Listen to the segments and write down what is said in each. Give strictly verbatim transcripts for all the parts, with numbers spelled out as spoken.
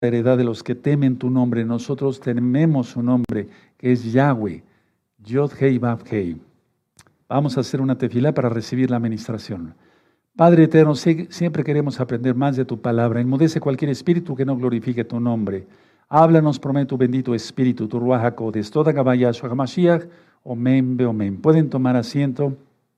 heredad de los que temen tu nombre. Nosotros tememos su nombre, que es Yahweh, Yod Hei Vav Hei. Vamos a hacer una tefilá para recibir la administración. Padre eterno, siempre queremos aprender más de tu palabra. Enmudece cualquier espíritu que no glorifique tu nombre. Háblanos, promete tu bendito espíritu, tu Ruach HaKodesh, toda Gabá Yahshua HaMashiach, Omen Beomen. Pueden tomar asiento.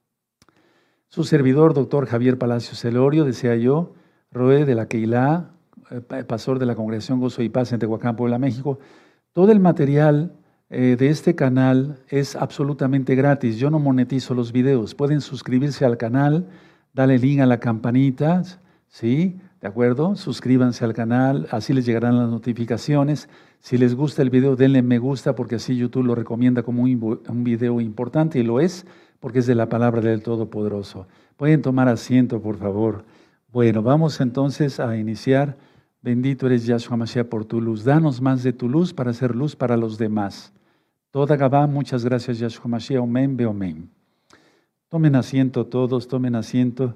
Su servidor, doctor Javier Palacios Celorio, desea yo, Roe de la Keilah, pastor de la Congregación Gozo y Paz en Tehuacán, Puebla, México. Todo el material eh, de este canal es absolutamente gratis. Yo no monetizo los videos. Pueden suscribirse al canal, dale link a la campanita, ¿sí? ¿De acuerdo? Suscríbanse al canal, así les llegarán las notificaciones. Si les gusta el video, denle me gusta, porque así YouTube lo recomienda como un, un video importante, y lo es, porque es de la palabra del Todopoderoso. Pueden tomar asiento, por favor. Bueno, vamos entonces a iniciar. Bendito eres Yahshua Mashiach por tu luz. Danos más de tu luz para hacer luz para los demás. Toda Gabá, muchas gracias Yahshua Mashiach. Omen, beomen. Tomen asiento todos, tomen asiento.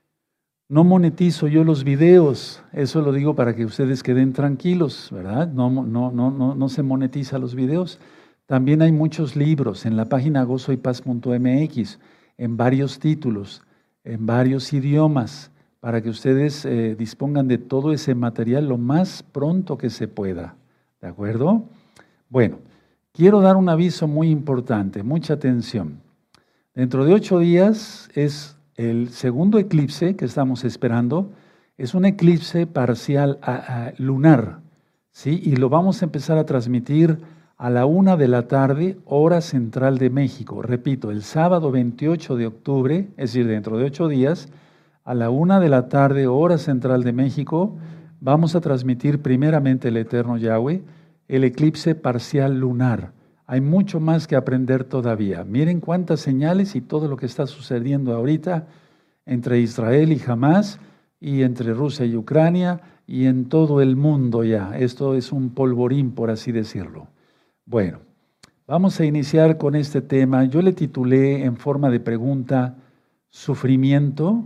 No monetizo yo los videos, eso lo digo para que ustedes queden tranquilos, ¿verdad? No, no, no, no, no se monetiza los videos. También hay muchos libros en la página gozo y paz punto m x, en varios títulos, en varios idiomas, para que ustedes eh, dispongan de todo ese material lo más pronto que se pueda. ¿De acuerdo? Bueno, quiero dar un aviso muy importante, mucha atención. Dentro de ocho días es el segundo eclipse que estamos esperando. Es un eclipse parcial a, a, lunar, ¿sí? Y lo vamos a empezar a transmitir a la una de la tarde, hora central de México. Repito, el sábado veintiocho de octubre, es decir, dentro de ocho días, a la una de la tarde, hora central de México, vamos a transmitir primeramente el Eterno Yahweh, el eclipse parcial lunar. Hay mucho más que aprender todavía. Miren cuántas señales y todo lo que está sucediendo ahorita entre Israel y Hamás, y entre Rusia y Ucrania, y en todo el mundo ya. Esto es un polvorín, por así decirlo. Bueno, vamos a iniciar con este tema. Yo le titulé en forma de pregunta, sufrimiento,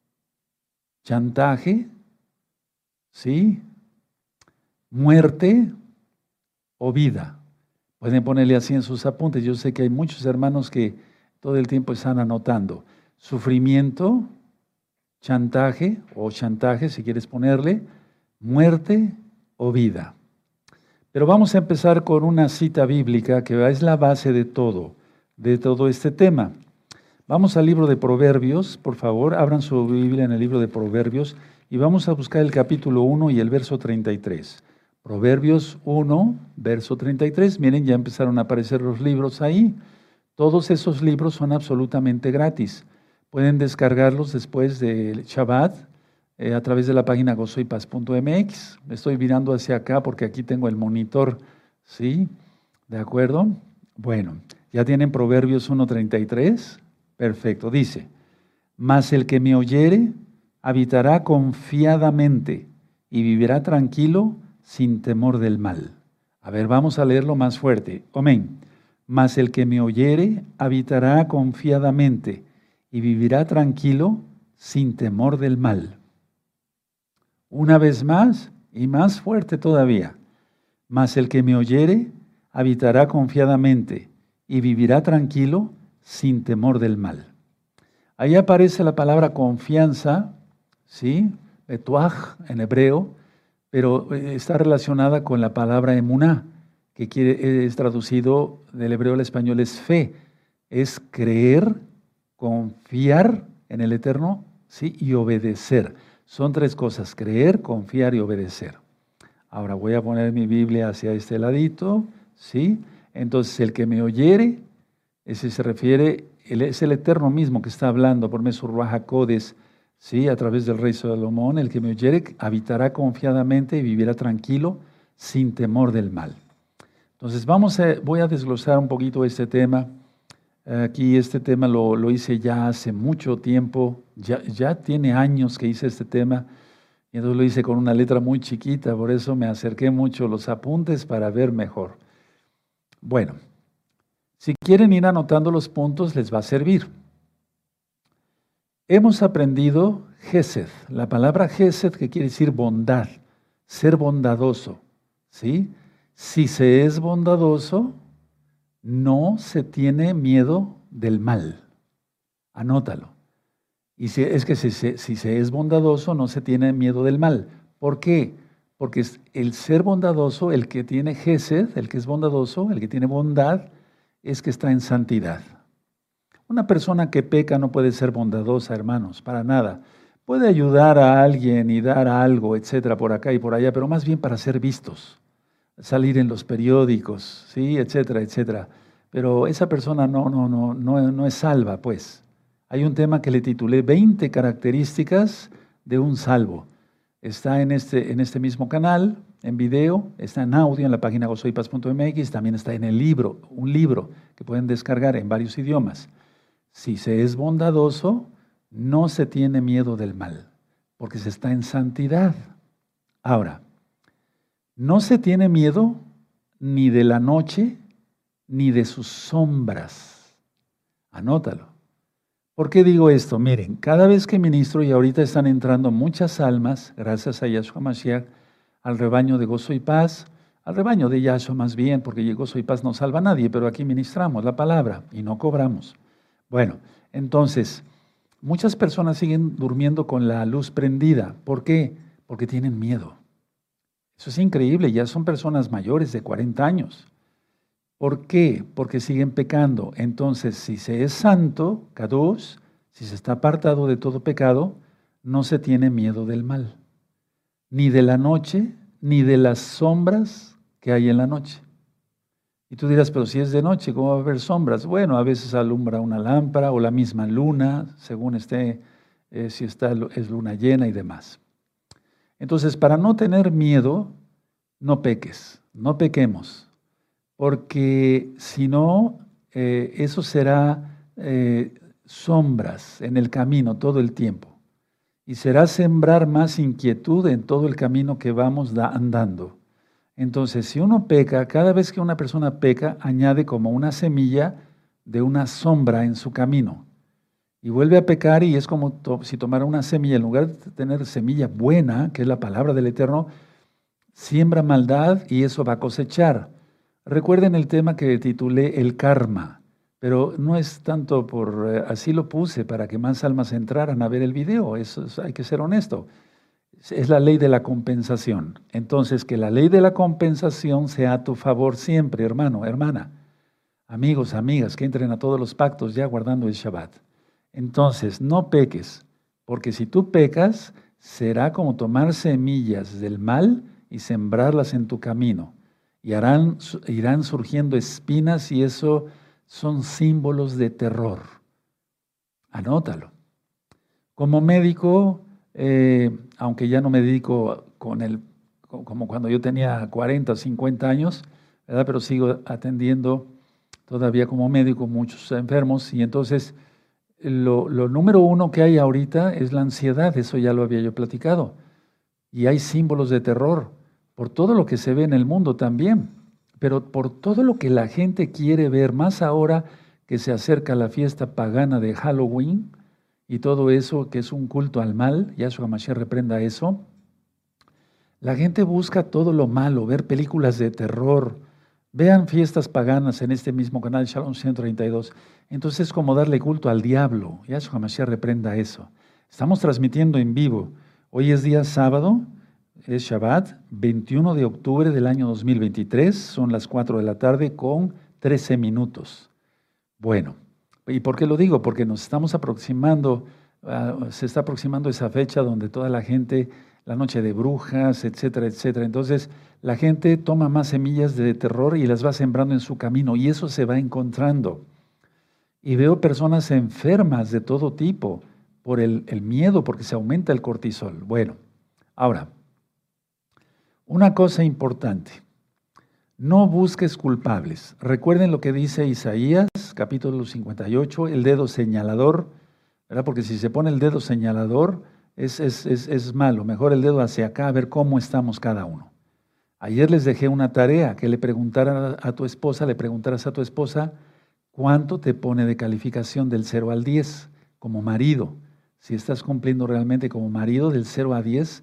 chantaje, ¿sí? Muerte o vida. Pueden ponerle así en sus apuntes. Yo sé que hay muchos hermanos que todo el tiempo están anotando. Sufrimiento, chantaje o chantaje, si quieres ponerle, muerte o vida. Pero vamos a empezar con una cita bíblica que es la base de todo, de todo este tema. Vamos al libro de Proverbios, por favor, abran su Biblia en el libro de Proverbios y vamos a buscar el capítulo uno y el verso treinta y tres. Proverbios uno, verso treinta y tres, miren, ya empezaron a aparecer los libros ahí. Todos esos libros son absolutamente gratis. Pueden descargarlos después del Shabbat eh, a través de la página gozo y paz punto m x. Estoy mirando hacia acá porque aquí tengo el monitor, ¿sí? ¿De acuerdo? Bueno, ¿ya tienen Proverbios uno, treinta y tres? Perfecto, dice, mas el que me oyere habitará confiadamente y vivirá tranquilo sin temor del mal. A ver, vamos a leerlo más fuerte. Amén. Mas el que me oyere habitará confiadamente y vivirá tranquilo sin temor del mal. Una vez más y más fuerte todavía. Mas el que me oyere habitará confiadamente y vivirá tranquilo sin temor del mal. Ahí aparece la palabra confianza, ¿sí? Betuaj en hebreo, pero está relacionada con la palabra emuná, que quiere, es traducido del hebreo al español, es fe, es creer, confiar en el Eterno, ¿sí? Y obedecer. Son tres cosas, creer, confiar y obedecer. Ahora voy a poner mi Biblia hacia este ladito, ¿sí? Entonces el que me oyere, ese se refiere, es el Eterno mismo que está hablando por medio de su Ruach HaKodesh, ¿sí? A través del rey Salomón, el que me oyere habitará confiadamente y vivirá tranquilo sin temor del mal. Entonces vamos a, voy a desglosar un poquito este tema. Aquí este tema lo, lo hice ya hace mucho tiempo, ya, ya tiene años que hice este tema, y entonces lo hice con una letra muy chiquita, por eso me acerqué mucho los apuntes para ver mejor. Bueno, si quieren ir anotando los puntos, les va a servir. Hemos aprendido Gesed, la palabra Gesed, que quiere decir bondad, ser bondadoso, ¿sí? Si se es bondadoso, no se tiene miedo del mal. Anótalo. Y si, es que si, si, si se es bondadoso, no se tiene miedo del mal. ¿Por qué? Porque es el ser bondadoso, el que tiene Gesed, el que es bondadoso, el que tiene bondad, es que está en santidad. Una persona que peca no puede ser bondadosa, hermanos, para nada. Puede ayudar a alguien y dar algo, etcétera, por acá y por allá, pero más bien para ser vistos, salir en los periódicos, sí, etcétera, etcétera. Pero esa persona no, no, no, no, no es salva, pues. Hay un tema que le titulé veinte características de un salvo. Está en este, en este mismo canal, en video, está en audio en la página gozo y paz punto m x, también está en el libro, un libro que pueden descargar en varios idiomas. Si se es bondadoso, no se tiene miedo del mal, porque se está en santidad. Ahora, no se tiene miedo ni de la noche, ni de sus sombras. Anótalo. ¿Por qué digo esto? Miren, cada vez que ministro, y ahorita están entrando muchas almas, gracias a Yahshua Mashiach, al rebaño de gozo y paz, al rebaño de Yahshua más bien, porque gozo y paz no salva a nadie, pero aquí ministramos la palabra y no cobramos. Bueno, entonces, muchas personas siguen durmiendo con la luz prendida. ¿Por qué? Porque tienen miedo. Eso es increíble, ya son personas mayores de cuarenta años. ¿Por qué? Porque siguen pecando. Entonces, si se es santo, kadosh, si se está apartado de todo pecado, no se tiene miedo del mal, ni de la noche, ni de las sombras que hay en la noche. Y tú dirás, pero si es de noche, ¿cómo va a haber sombras? Bueno, a veces alumbra una lámpara o la misma luna, según esté, eh, si está, es luna llena y demás. Entonces, para no tener miedo, no peques, no pequemos. Porque si no, eh, eso será eh, sombras en el camino todo el tiempo. Y será sembrar más inquietud en todo el camino que vamos da, andando. Entonces, si uno peca, cada vez que una persona peca, añade como una semilla de una sombra en su camino. Y vuelve a pecar y es como to- si tomara una semilla, en lugar de tener semilla buena, que es la palabra del Eterno, siembra maldad y eso va a cosechar. Recuerden el tema que titulé el karma, pero no es tanto por, eh, así lo puse para que más almas entraran a ver el video, eso es- hay que ser honesto. Es la ley de la compensación. Entonces, que la ley de la compensación sea a tu favor siempre, hermano, hermana, amigos, amigas, que entren a todos los pactos ya guardando el Shabbat. Entonces, no peques, porque si tú pecas, será como tomar semillas del mal y sembrarlas en tu camino. Y harán, irán surgiendo espinas y eso son símbolos de terror. Anótalo. Como médico, eh, aunque ya no me dedico con el, como cuando yo tenía cuarenta o cincuenta años, ¿verdad? Pero sigo atendiendo todavía como médico muchos enfermos y entonces lo, lo número uno que hay ahorita es la ansiedad, eso ya lo había yo platicado. Y hay símbolos de terror por todo lo que se ve en el mundo también, pero por todo lo que la gente quiere ver, más ahora que se acerca la fiesta pagana de Halloween y todo eso que es un culto al mal, Yahshua Mashiach reprenda eso. La gente busca todo lo malo, ver películas de terror. Vean fiestas paganas en este mismo canal, Shalom ciento treinta y dos. Entonces es como darle culto al diablo. Yahshua Mashiach reprenda eso. Estamos transmitiendo en vivo. Hoy es día sábado, es Shabbat, veintiuno de octubre del año dos mil veintitrés. Son las cuatro de la tarde con trece minutos. Bueno, ¿y por qué lo digo? Porque nos estamos aproximando, uh, se está aproximando esa fecha donde toda la gente, la noche de brujas, etcétera, etcétera. Entonces, la gente toma más semillas de terror y las va sembrando en su camino y eso se va encontrando. Y veo personas enfermas de todo tipo por el, el miedo, porque se aumenta el cortisol. Bueno, ahora, una cosa importante. No busques culpables. Recuerden lo que dice Isaías, capítulo cincuenta y ocho, el dedo señalador, ¿verdad? Porque si se pone el dedo señalador es, es, es, es malo. Mejor el dedo hacia acá a ver cómo estamos cada uno. Ayer les dejé una tarea, que le preguntaran a tu esposa, le preguntaras a tu esposa cuánto te pone de calificación del cero al diez como marido. Si estás cumpliendo realmente como marido del cero a diez,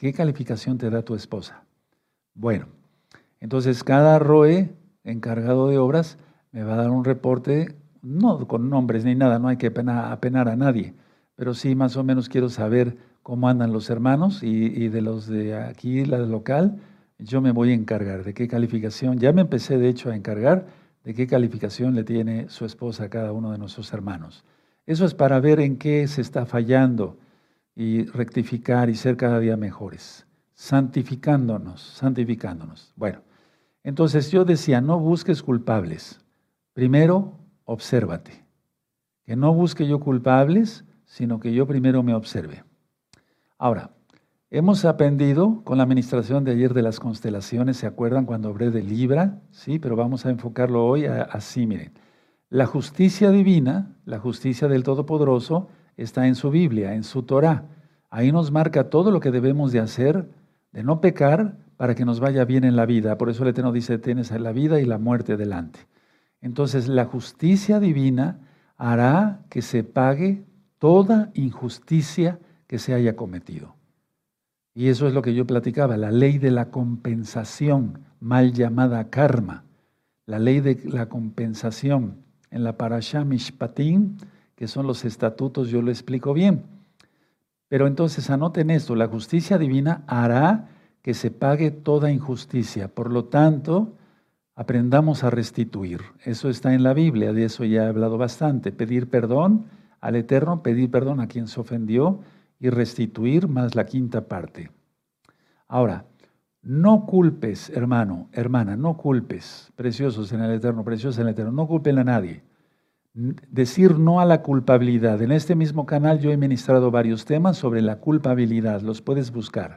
¿Qué calificación te da tu esposa? Bueno, entonces cada R O E encargado de obras me va a dar un reporte, no con nombres ni nada, no hay que apenar, apenar a nadie, pero sí más o menos quiero saber cómo andan los hermanos y, y de los de aquí, la local, yo me voy a encargar de qué calificación, ya me empecé de hecho a encargar de qué calificación le tiene su esposa a cada uno de nuestros hermanos. Eso es para ver en qué se está fallando y rectificar y ser cada día mejores, santificándonos, santificándonos. Bueno, entonces yo decía, no busques culpables. Primero, obsérvate. Que no busque yo culpables, sino que yo primero me observe. Ahora, hemos aprendido con la administración de ayer de las constelaciones, ¿se acuerdan cuando hablé de Libra? Sí, pero vamos a enfocarlo hoy así, miren. La justicia divina, la justicia del Todopoderoso, está en su Biblia, en su Torah. Ahí nos marca todo lo que debemos de hacer, de no pecar, para que nos vaya bien en la vida. Por eso el Eterno dice, tienes la vida y la muerte delante. Entonces, la justicia divina hará que se pague toda injusticia que se haya cometido. Y eso es lo que yo platicaba, la ley de la compensación, mal llamada karma. La ley de la compensación. En la Parashá Mishpatim, que son los estatutos, yo lo explico bien. Pero entonces anoten esto, la justicia divina hará que se pague toda injusticia. Por lo tanto, aprendamos a restituir. Eso está en la Biblia, de eso ya he hablado bastante. Pedir perdón al Eterno, pedir perdón a quien se ofendió y restituir más la quinta parte. Ahora, no culpes, hermano, hermana, no culpes, preciosos en el Eterno, preciosos en el Eterno, no culpen a nadie. Decir no a la culpabilidad. En este mismo canal yo he ministrado varios temas sobre la culpabilidad, los puedes buscar.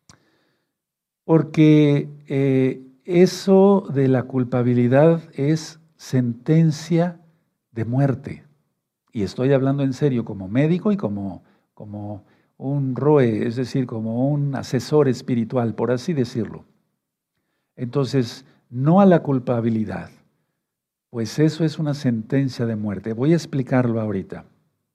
Porque eh, eso de la culpabilidad es sentencia de muerte. Y estoy hablando en serio como médico y como, como un R O E, es decir, como un asesor espiritual, por así decirlo. Entonces, no a la culpabilidad, pues eso es una sentencia de muerte. Voy a explicarlo ahorita.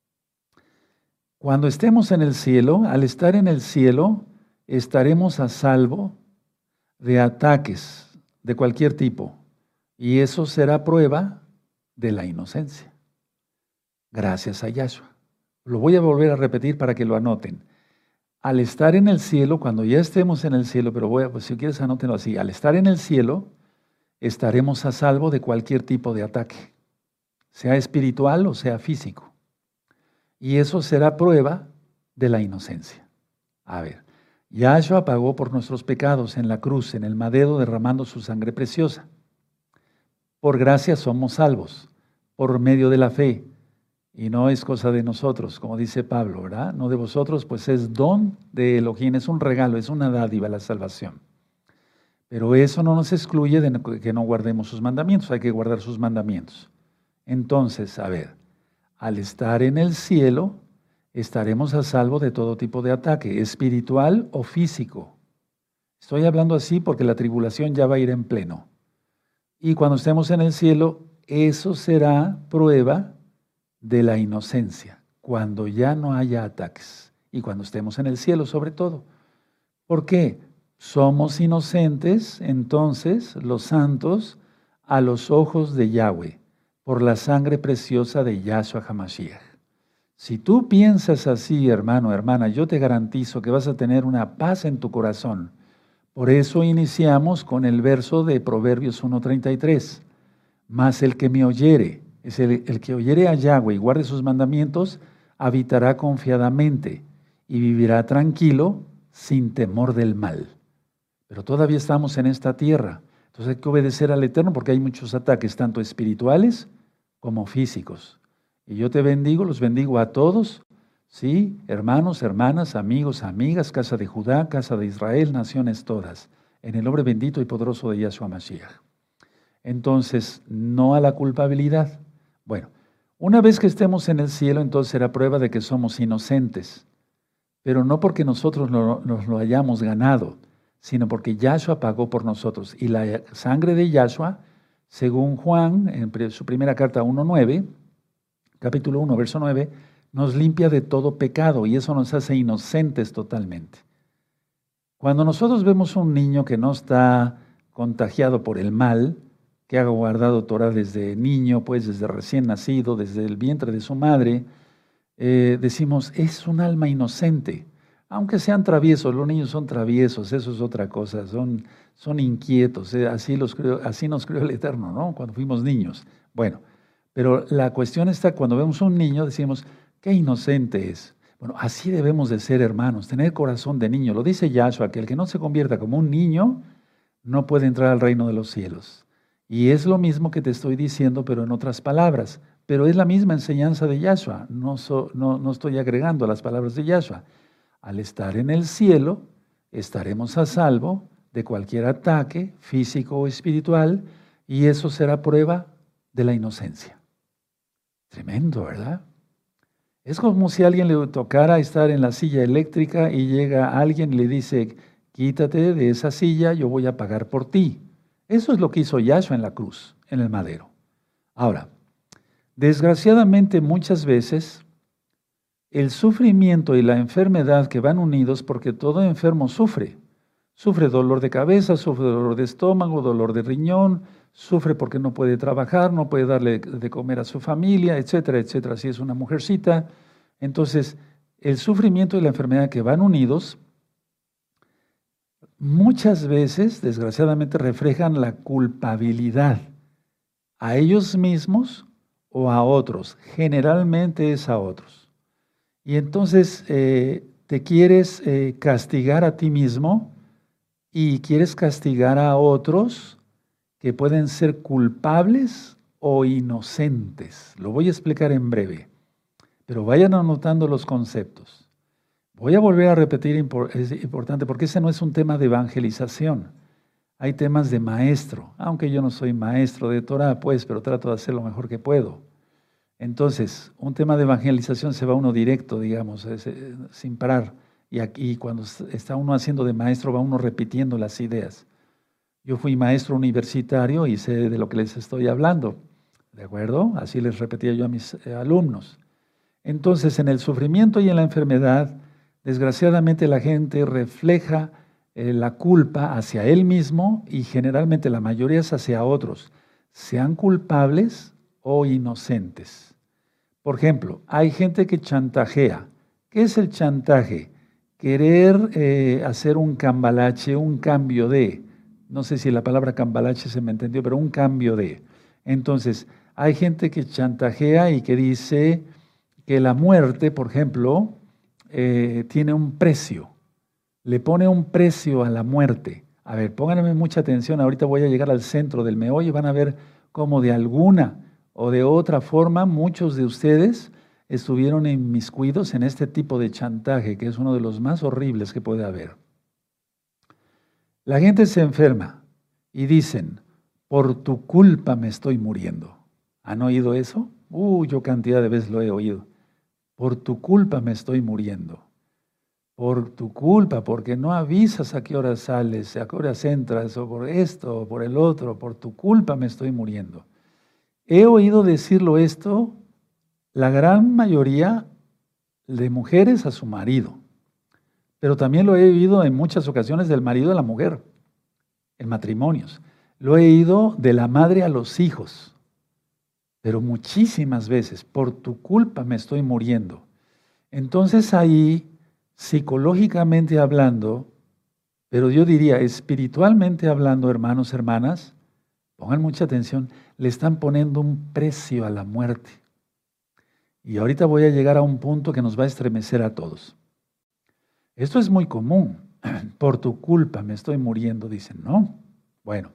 Cuando estemos en el cielo, al estar en el cielo, estaremos a salvo de ataques de cualquier tipo. Y eso será prueba de la inocencia. Gracias a Yahshua. Lo voy a volver a repetir para que lo anoten. Al estar en el cielo, cuando ya estemos en el cielo, pero voy a, pues si quieres anótenlo así, al estar en el cielo, estaremos a salvo de cualquier tipo de ataque, sea espiritual o sea físico. Y eso será prueba de la inocencia. A ver, Yahshua pagó por nuestros pecados en la cruz, en el madero, derramando su sangre preciosa. Por gracia somos salvos, por medio de la fe. Y no es cosa de nosotros, como dice Pablo, ¿verdad? No de vosotros, pues es don de Elohim, es un regalo, es una dádiva la salvación. Pero eso no nos excluye de que no guardemos sus mandamientos, hay que guardar sus mandamientos. Entonces, a ver, al estar en el cielo, estaremos a salvo de todo tipo de ataque, espiritual o físico. Estoy hablando así porque la tribulación ya va a ir en pleno. Y cuando estemos en el cielo, eso será prueba de la inocencia, cuando ya no haya ataques y cuando estemos en el cielo sobre todo. ¿Por qué? Somos inocentes, entonces, los santos, a los ojos de Yahweh, por la sangre preciosa de Yahshua HaMashiach. Si tú piensas así, hermano, hermana, yo te garantizo que vas a tener una paz en tu corazón. Por eso iniciamos con el verso de Proverbios uno treinta y tres. Mas el que me oyere, es el, el que oyere a Yahweh y guarde sus mandamientos, habitará confiadamente y vivirá tranquilo sin temor del mal. Pero todavía estamos en esta tierra. Entonces hay que obedecer al Eterno porque hay muchos ataques, tanto espirituales como físicos. Y yo te bendigo, los bendigo a todos, ¿sí? Hermanos, hermanas, amigos, amigas, casa de Judá, casa de Israel, naciones todas, en el nombre bendito y poderoso de Yahshua Mashiach. Entonces, no a la culpabilidad. Bueno, una vez que estemos en el cielo, entonces será prueba de que somos inocentes, pero no porque nosotros no, nos lo hayamos ganado, sino porque Yahshua pagó por nosotros. Y la sangre de Yahshua, según Juan, en su primera carta uno nueve, capítulo uno, verso nueve, nos limpia de todo pecado y eso nos hace inocentes totalmente. Cuando nosotros vemos un niño que no está contagiado por el mal, que ha guardado Torah desde niño, pues desde recién nacido, desde el vientre de su madre, eh, decimos, es un alma inocente. Aunque sean traviesos, los niños son traviesos, eso es otra cosa, son, son inquietos, eh, así, los creó, así nos creó el Eterno, ¿no? Cuando fuimos niños. Bueno, pero la cuestión está, cuando vemos un niño, decimos, qué inocente es. Bueno, así debemos de ser, hermanos, tener corazón de niño. Lo dice Yahshua, que el que no se convierta como un niño, no puede entrar al reino de los cielos. Y es lo mismo que te estoy diciendo, pero en otras palabras. Pero es la misma enseñanza de Yahshua, no, so, no, no estoy agregando las palabras de Yahshua. Al estar en el cielo, estaremos a salvo de cualquier ataque físico o espiritual, y eso será prueba de la inocencia. Tremendo, ¿verdad? Es como si a alguien le tocara estar en la silla eléctrica y llega alguien y le dice, quítate de esa silla, yo voy a pagar por ti. Eso es lo que hizo Yahshua en la cruz, en el madero. Ahora, desgraciadamente muchas veces el sufrimiento y la enfermedad que van unidos, porque todo enfermo sufre. Sufre dolor de cabeza, sufre dolor de estómago, dolor de riñón, sufre porque no puede trabajar, no puede darle de comer a su familia, etcétera, etcétera, si es una mujercita. Entonces, el sufrimiento y la enfermedad que van unidos, muchas veces, desgraciadamente, reflejan la culpabilidad a ellos mismos o a otros. Generalmente es a otros. Y entonces eh, te quieres eh, castigar a ti mismo y quieres castigar a otros que pueden ser culpables o inocentes. Lo voy a explicar en breve, pero vayan anotando los conceptos. Voy a volver a repetir, es importante, porque ese no es un tema de evangelización. Hay temas de maestro, aunque yo no soy maestro de Torah, pues, pero trato de hacer lo mejor que puedo. Entonces, un tema de evangelización se va uno directo, digamos, es, eh, sin parar. Y aquí, cuando está uno haciendo de maestro, va uno repitiendo las ideas. Yo fui maestro universitario y sé de lo que les estoy hablando, ¿de acuerdo? Así les repetía yo a mis eh, alumnos. Entonces, en el sufrimiento y en la enfermedad, desgraciadamente la gente refleja eh, la culpa hacia él mismo y generalmente la mayoría es hacia otros, sean culpables o inocentes. Por ejemplo, hay gente que chantajea. ¿Qué es el chantaje? Querer eh, hacer un cambalache, un cambio de, no sé si la palabra cambalache se me entendió, pero un cambio de. Entonces, hay gente que chantajea y que dice que la muerte, por ejemplo, eh, tiene un precio. Le pone un precio a la muerte. A ver, pónganme mucha atención, ahorita voy a llegar al centro del meollo y van a ver cómo de alguna o de otra forma muchos de ustedes estuvieron inmiscuidos en este tipo de chantaje, que es uno de los más horribles que puede haber. La gente se enferma y dicen, por tu culpa me estoy muriendo. ¿Han oído eso? Uh, yo cantidad de veces lo he oído. Por tu culpa me estoy muriendo. Por tu culpa, porque no avisas a qué hora sales, a qué horas entras, o por esto, o por el otro, por tu culpa me estoy muriendo. He oído decirlo esto, la gran mayoría de mujeres a su marido, pero también lo he oído en muchas ocasiones del marido a la mujer, en matrimonios. Lo he oído de la madre a los hijos, pero muchísimas veces, por tu culpa me estoy muriendo. Entonces ahí, psicológicamente hablando, pero yo diría espiritualmente hablando, hermanos, hermanas, pongan mucha atención, le están poniendo un precio a la muerte. Y ahorita voy a llegar a un punto que nos va a estremecer a todos. Esto es muy común. Por tu culpa me estoy muriendo, dicen, ¿no? Bueno,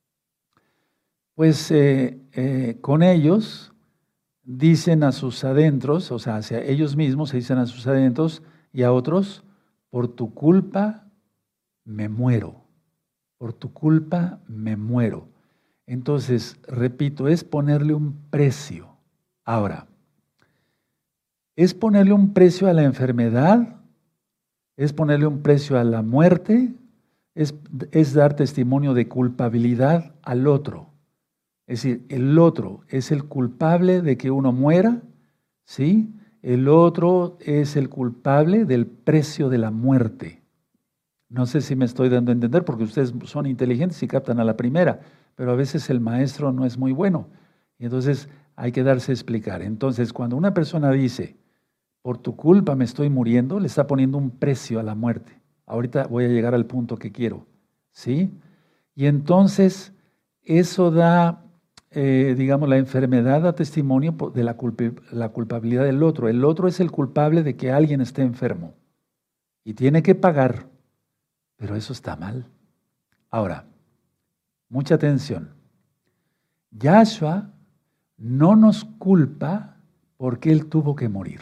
pues eh, eh, con ellos dicen a sus adentros, o sea, hacia ellos mismos se dicen a sus adentros y a otros, por tu culpa me muero, por tu culpa me muero. Entonces, repito, es ponerle un precio. Ahora, ¿es ponerle un precio a la enfermedad? ¿Es ponerle un precio a la muerte? Es, es dar testimonio de culpabilidad al otro. Es decir, el otro es el culpable de que uno muera, ¿sí? El otro es el culpable del precio de la muerte. No sé si me estoy dando a entender, porque ustedes son inteligentes y captan a la primera, pero a veces el maestro no es muy bueno. Y entonces hay que darse a explicar. Entonces, cuando una persona dice, por tu culpa me estoy muriendo, le está poniendo un precio a la muerte. Ahorita voy a llegar al punto que quiero, ¿sí? Y entonces eso da, eh, digamos, la enfermedad da testimonio de la, culp la culpabilidad del otro. El otro es el culpable de que alguien esté enfermo y tiene que pagar, pero eso está mal. Ahora, mucha atención. Yahshua no nos culpa porque Él tuvo que morir.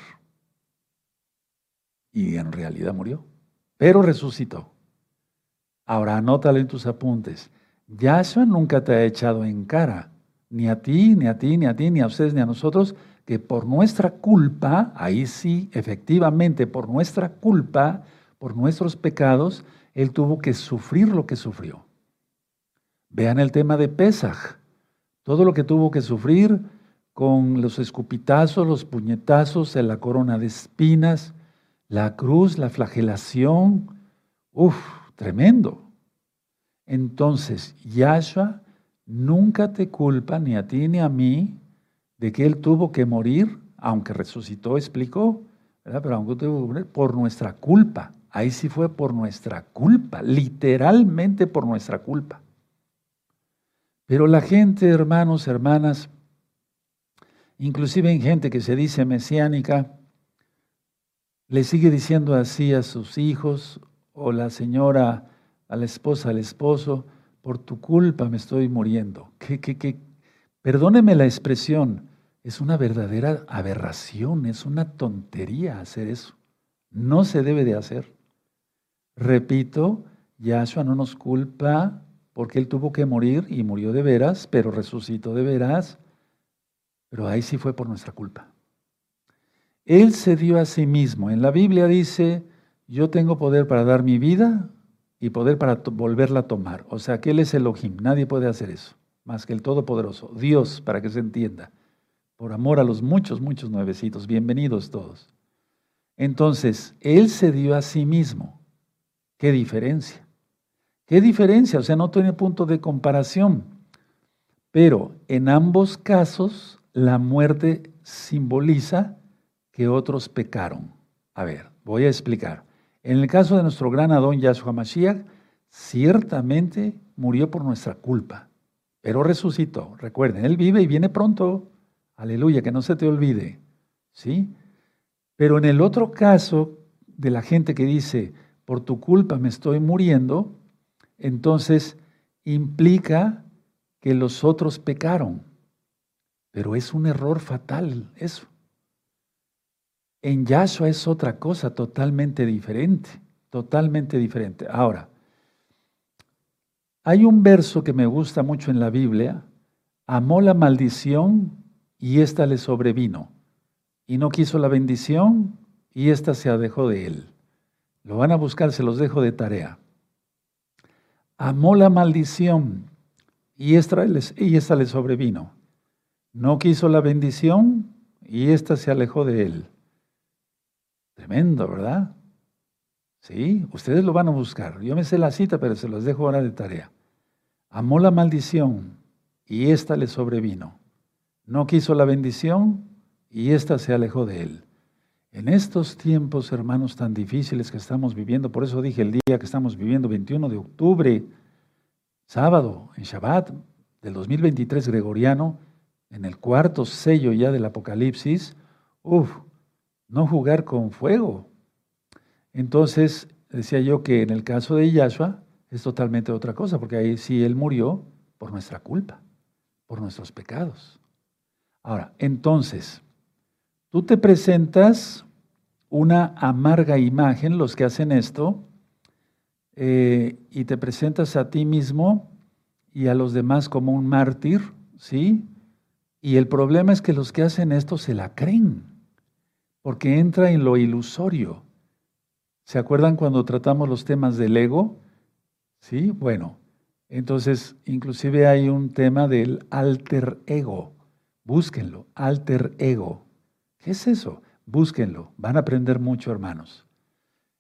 Y en realidad murió, pero resucitó. Ahora, anótalo en tus apuntes. Yahshua nunca te ha echado en cara, ni a ti, ni a ti, ni a ti, ni a ustedes, ni a nosotros, que por nuestra culpa, ahí sí, efectivamente, por nuestra culpa, por nuestros pecados, Él tuvo que sufrir lo que sufrió. Vean el tema de Pesaj. Todo lo que tuvo que sufrir con los escupitazos, los puñetazos, la corona de espinas, la cruz, la flagelación. Uf, tremendo. Entonces, Yahshua nunca te culpa, ni a ti ni a mí, de que Él tuvo que morir, aunque resucitó, explicó, ¿verdad? Pero aunque tuvo que morir por nuestra culpa. Ahí sí fue por nuestra culpa, literalmente por nuestra culpa. Pero la gente, hermanos, hermanas, inclusive en gente que se dice mesiánica, le sigue diciendo así a sus hijos, o la señora a la esposa, al esposo, por tu culpa me estoy muriendo. ¿Qué, qué, qué? Perdóneme la expresión, es una verdadera aberración, es una tontería hacer eso. No se debe de hacer. Repito, Yahshua no nos culpa porque Él tuvo que morir y murió de veras, pero resucitó de veras, pero ahí sí fue por nuestra culpa. Él se dio a sí mismo. En la Biblia dice, yo tengo poder para dar mi vida y poder para volverla a tomar. O sea, que Él es Elohim, nadie puede hacer eso, más que el Todopoderoso, Dios, para que se entienda. Por amor a los muchos, muchos nuevecitos, bienvenidos todos. Entonces, Él se dio a sí mismo. ¿Qué diferencia? ¿Qué diferencia? O sea, no tiene punto de comparación. Pero en ambos casos, la muerte simboliza que otros pecaron. A ver, voy a explicar. En el caso de nuestro gran Adón Yahshua Mashiach, ciertamente murió por nuestra culpa, pero resucitó. Recuerden, Él vive y viene pronto. Aleluya, que no se te olvide. ¿Sí? Pero en el otro caso de la gente que dice, por tu culpa me estoy muriendo, entonces implica que los otros pecaron. Pero es un error fatal eso. En Yahshua es otra cosa totalmente diferente, totalmente diferente. Ahora, hay un verso que me gusta mucho en la Biblia, amó la maldición y ésta le sobrevino, y no quiso la bendición y ésta se alejó de él. Lo van a buscar, se los dejo de tarea. Amó la maldición y esta, y esta le sobrevino. No quiso la bendición y ésta se alejó de él. Tremendo, ¿verdad? Sí, ustedes lo van a buscar. Yo me sé la cita, pero se los dejo ahora de tarea. Amó la maldición y ésta le sobrevino. No quiso la bendición y ésta se alejó de él. En estos tiempos, hermanos, tan difíciles que estamos viviendo, por eso dije el día que estamos viviendo, veintiuno de octubre, sábado, en Shabbat del dos mil veintitrés gregoriano, en el cuarto sello ya del Apocalipsis, uff, no jugar con fuego. Entonces, decía yo que en el caso de Yahshua es totalmente otra cosa, porque ahí sí Él murió por nuestra culpa, por nuestros pecados. Ahora, entonces, tú te presentas una amarga imagen, los que hacen esto, eh, y te presentas a ti mismo y a los demás como un mártir, ¿sí? Y el problema es que los que hacen esto se la creen, porque entra en lo ilusorio. ¿Se acuerdan cuando tratamos los temas del ego? Sí, bueno, entonces inclusive hay un tema del alter ego. Búsquenlo, alter ego. ¿Qué es eso? Búsquenlo, van a aprender mucho, hermanos.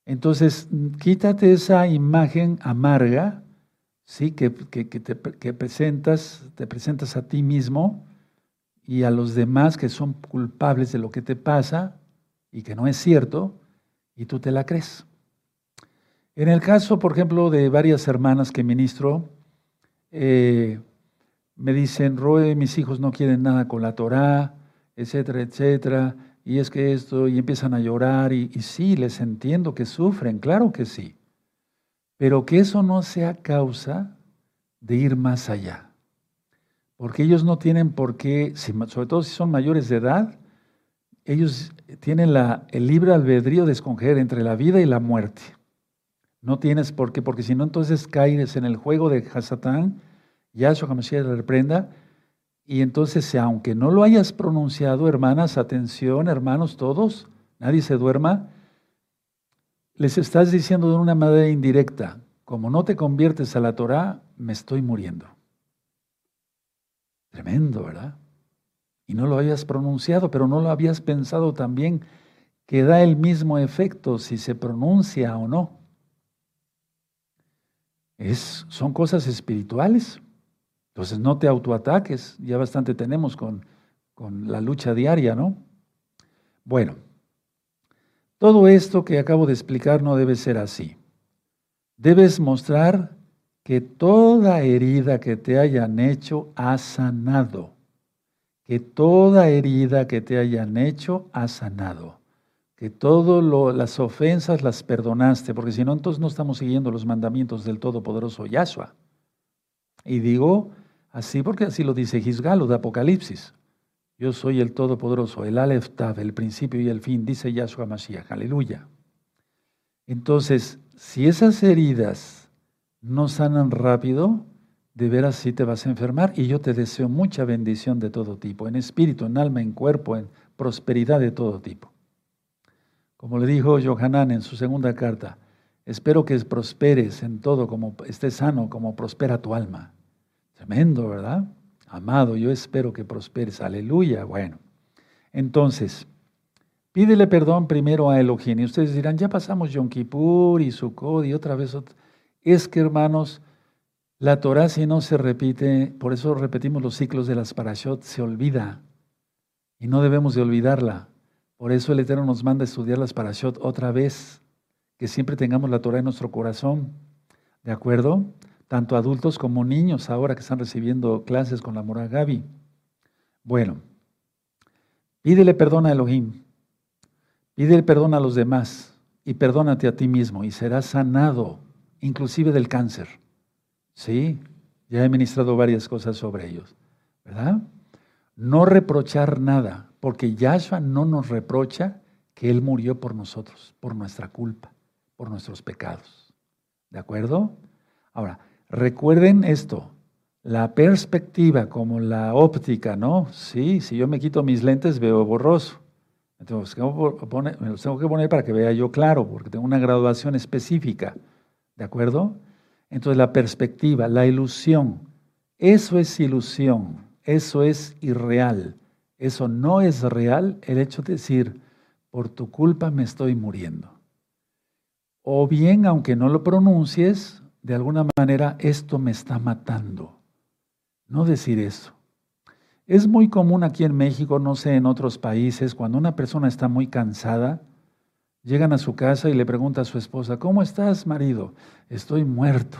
Entonces, quítate esa imagen amarga, ¿sí? que, que, que, te, que presentas, te presentas a ti mismo y a los demás que son culpables de lo que te pasa y que no es cierto, y tú te la crees. En el caso, por ejemplo, de varias hermanas que ministro, eh, me dicen, Roe, mis hijos no quieren nada con la Torá, etcétera, etcétera, y es que esto, y empiezan a llorar, y, y sí, les entiendo que sufren, claro que sí, pero que eso no sea causa de ir más allá, porque ellos no tienen por qué, sobre todo si son mayores de edad, ellos tienen la, el libre albedrío de escoger entre la vida y la muerte. No tienes por qué, porque si no entonces caes en el juego de Hasatán, Yahshua HaMashiach le reprenda, y entonces aunque no lo hayas pronunciado, hermanas, atención, hermanos todos, nadie se duerma, les estás diciendo de una manera indirecta, como no te conviertes a la Torá, me estoy muriendo. Tremendo, ¿verdad? Y no lo habías pronunciado, pero no lo habías pensado también, que da el mismo efecto si se pronuncia o no. Es, son cosas espirituales. Entonces no te autoataques, ya bastante tenemos con, con la lucha diaria, ¿no? Bueno, todo esto que acabo de explicar no debe ser así. Debes mostrar que toda herida que te hayan hecho ha sanado. Que toda herida que te hayan hecho ha sanado. Que todas las ofensas las perdonaste, porque si no, entonces no estamos siguiendo los mandamientos del Todopoderoso Yahshua. Y digo así porque así lo dice Gisgalo de Apocalipsis. Yo soy el Todopoderoso, el Aleph Tav, el principio y el fin, dice Yahshua Mashiach. Aleluya. Entonces, si esas heridas no sanan rápido, de veras sí te vas a enfermar, y yo te deseo mucha bendición de todo tipo, en espíritu, en alma, en cuerpo, en prosperidad de todo tipo. Como le dijo Yohanan en su segunda carta, espero que prosperes en todo, como estés sano, como prospera tu alma. Tremendo, ¿verdad? Amado, yo espero que prosperes. Aleluya. Bueno, entonces, pídele perdón primero a Elohim. Y ustedes dirán, ya pasamos Yom Kippur y Sukkot y otra vez. Otra. Es que, hermanos, la Torah si no se repite, por eso repetimos los ciclos de las parashot, se olvida. Y no debemos de olvidarla. Por eso el Eterno nos manda a estudiar las parashot otra vez. Que siempre tengamos la Torah en nuestro corazón. ¿De acuerdo? Tanto adultos como niños ahora que están recibiendo clases con la Mora Gaby. Bueno, pídele perdón a Elohim, pídele perdón a los demás y perdónate a ti mismo y serás sanado, inclusive del cáncer. Sí, ya he ministrado varias cosas sobre ellos, ¿verdad? No reprochar nada, porque Yahshua no nos reprocha que Él murió por nosotros, por nuestra culpa, por nuestros pecados. ¿De acuerdo? Ahora, recuerden esto, la perspectiva como la óptica, ¿no? Sí, si yo me quito mis lentes veo borroso. Entonces me los tengo que poner para que vea yo claro, porque tengo una graduación específica, ¿de acuerdo? Entonces la perspectiva, la ilusión, eso es ilusión, eso es irreal, eso no es real, el hecho de decir, por tu culpa me estoy muriendo. O bien, aunque no lo pronuncies, de alguna manera, esto me está matando. No decir eso. Es muy común aquí en México, no sé, en otros países, cuando una persona está muy cansada, llegan a su casa y le pregunta a su esposa, ¿cómo estás, marido? Estoy muerto.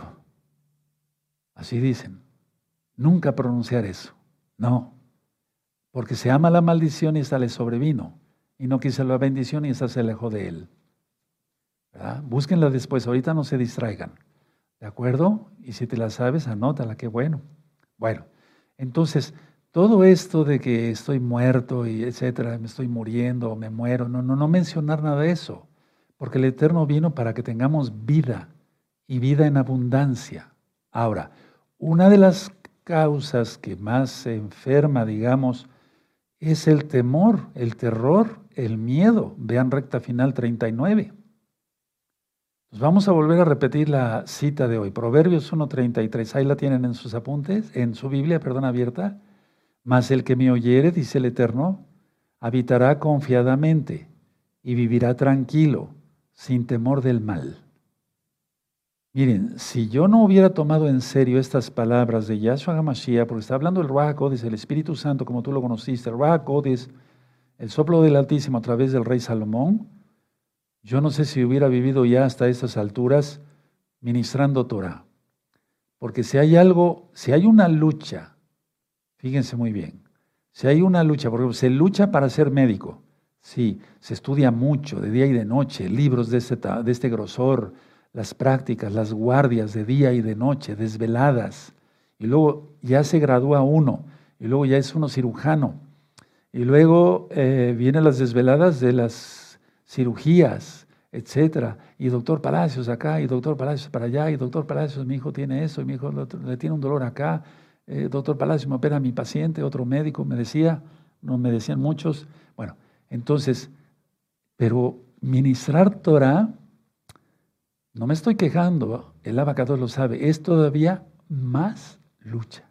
Así dicen. Nunca pronunciar eso. No. Porque se ama la maldición y esta le sobrevino. Y no quiso la bendición y esta se alejó de él. ¿Verdad? Búsquenla después, ahorita no se distraigan. ¿De acuerdo? Y si te la sabes, anótala, qué bueno. Bueno, entonces, todo esto de que estoy muerto y etcétera, me estoy muriendo o me muero, no, no, no mencionar nada de eso, porque el Eterno vino para que tengamos vida y vida en abundancia. Ahora, una de las causas que más se enferma, digamos, es el temor, el terror, el miedo. Vean recta final treinta y nueve. Pues vamos a volver a repetir la cita de hoy, Proverbios uno treinta y tres, ahí la tienen en sus apuntes, en su Biblia, perdón, abierta. Mas el que me oyere, dice el Eterno, habitará confiadamente y vivirá tranquilo, sin temor del mal. Miren, si yo no hubiera tomado en serio estas palabras de Yahshua HaMashiach, porque está hablando el Ruach HaKodesh, el Espíritu Santo, como tú lo conociste, el Ruach HaKodesh, el soplo del Altísimo a través del rey Salomón, yo no sé si hubiera vivido ya hasta estas alturas ministrando Torah. Porque si hay algo, si hay una lucha, fíjense muy bien, si hay una lucha, porque se lucha para ser médico, sí, se estudia mucho de día y de noche, libros de este, de este grosor, las prácticas, las guardias de día y de noche, desveladas, y luego ya se gradúa uno, y luego ya es uno cirujano, y luego eh, vienen las desveladas de las cirugías, etcétera, y doctor Palacios acá, y doctor Palacios para allá, y doctor Palacios, mi hijo tiene eso, y mi hijo le tiene un dolor acá, eh, doctor Palacios me opera a mi paciente, otro médico me decía, no me decían muchos, bueno, entonces, pero ministrar Torah, no me estoy quejando, el abacados lo sabe, es todavía más lucha.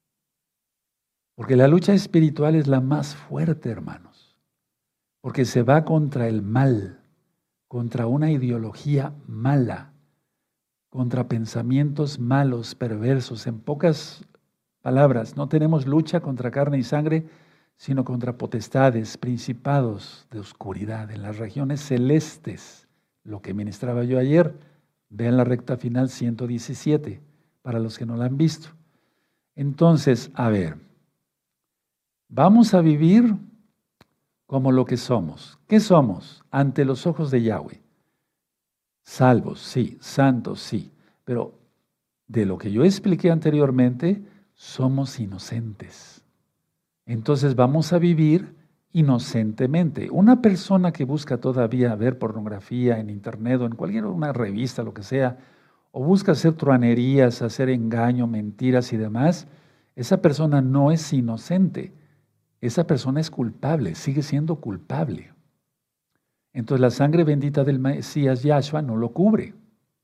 Porque la lucha espiritual es la más fuerte, hermanos. Porque se va contra el mal, contra una ideología mala, contra pensamientos malos, perversos. En pocas palabras, no tenemos lucha contra carne y sangre, sino contra potestades, principados de oscuridad en las regiones celestes. Lo que ministraba yo ayer, vean la recta final ciento diecisiete, para los que no la han visto. Entonces, a ver, vamos a vivir como lo que somos. ¿Qué somos ante los ojos de Yahweh? Salvos, sí, santos, sí, pero de lo que yo expliqué anteriormente, somos inocentes. Entonces vamos a vivir inocentemente. Una persona que busca todavía ver pornografía en internet o en cualquier una revista, lo que sea, o busca hacer truanerías, hacer engaño, mentiras y demás, esa persona no es inocente. Esa persona es culpable, sigue siendo culpable. Entonces la sangre bendita del Mesías Yahshua no lo cubre.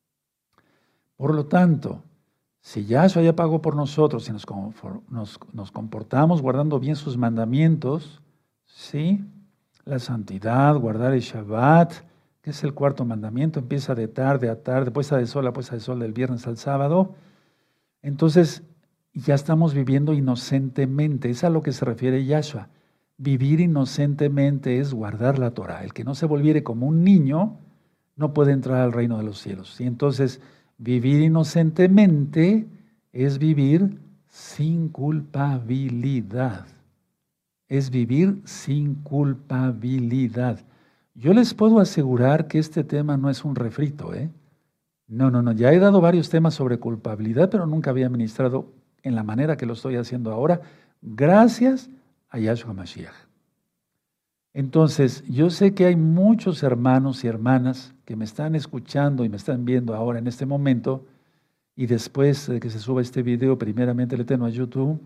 Por lo tanto, si Yahshua ya pagó por nosotros y nos, nos, nos comportamos guardando bien sus mandamientos, ¿sí? La santidad, guardar el Shabbat, que es el cuarto mandamiento, empieza de tarde a tarde, puesta de sol a puesta de sol del viernes al sábado. Entonces, ya estamos viviendo inocentemente. Es a lo que se refiere Yahshua. Vivir inocentemente es guardar la Torah. El que no se volviere como un niño no puede entrar al reino de los cielos. Y entonces, vivir inocentemente es vivir sin culpabilidad. Es vivir sin culpabilidad. Yo les puedo asegurar que este tema no es un refrito, ¿eh? No, no, no. Ya he dado varios temas sobre culpabilidad, pero nunca había ministrado en la manera que lo estoy haciendo ahora, gracias a Yahshua Mashiach. Entonces, yo sé que hay muchos hermanos y hermanas que me están escuchando y me están viendo ahora en este momento, y después de que se suba este video, primeramente el Eterno a YouTube,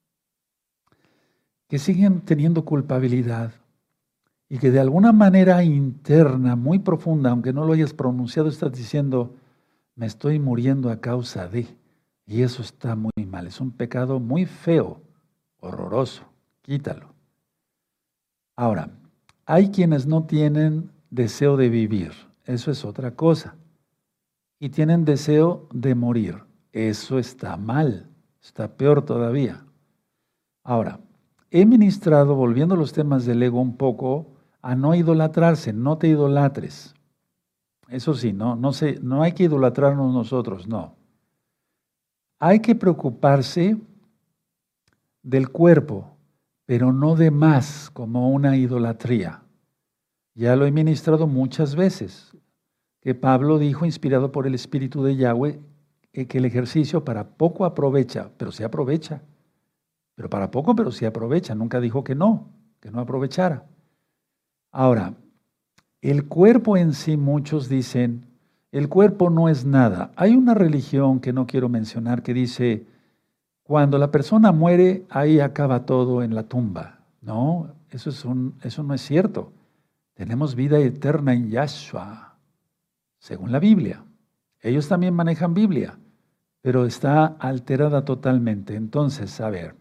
que siguen teniendo culpabilidad y que de alguna manera interna, muy profunda, aunque no lo hayas pronunciado, estás diciendo, me estoy muriendo a causa de, y eso está muy mal, es un pecado muy feo, horroroso, quítalo. Ahora, hay quienes no tienen deseo de vivir, eso es otra cosa, y tienen deseo de morir, eso está mal, está peor todavía. Ahora, he ministrado, volviendo a los temas del ego un poco, a no idolatrarse, no te idolatres. Eso sí, no, no, sé, no hay que idolatrarnos nosotros, no. Hay que preocuparse del cuerpo, pero no de más, como una idolatría. Ya lo he ministrado muchas veces, que Pablo dijo, inspirado por el Espíritu de Yahweh, que el ejercicio para poco aprovecha, pero se aprovecha. Pero para poco, pero sí aprovecha. Nunca dijo que no, que no aprovechara. Ahora, el cuerpo en sí, muchos dicen, el cuerpo no es nada. Hay una religión que no quiero mencionar que dice, cuando la persona muere, ahí acaba todo en la tumba. No, eso, es un, eso no es cierto. Tenemos vida eterna en Yahshua, según la Biblia. Ellos también manejan Biblia, pero está alterada totalmente. Entonces, a ver,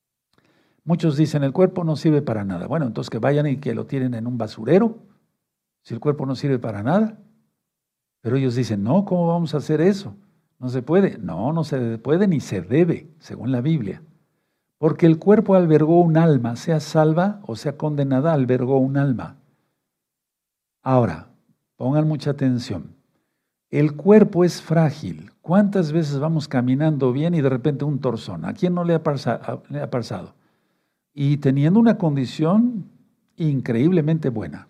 muchos dicen, el cuerpo no sirve para nada. Bueno, entonces que vayan y que lo tiren en un basurero si el cuerpo no sirve para nada. Pero ellos dicen, no, ¿cómo vamos a hacer eso? No se puede. No, no se puede ni se debe, según la Biblia. Porque el cuerpo albergó un alma, sea salva o sea condenada, albergó un alma. Ahora, pongan mucha atención. El cuerpo es frágil. ¿Cuántas veces vamos caminando bien y de repente un torzón? ¿A quién no le ha pasado? Le ha pasado? Y teniendo una condición increíblemente buena.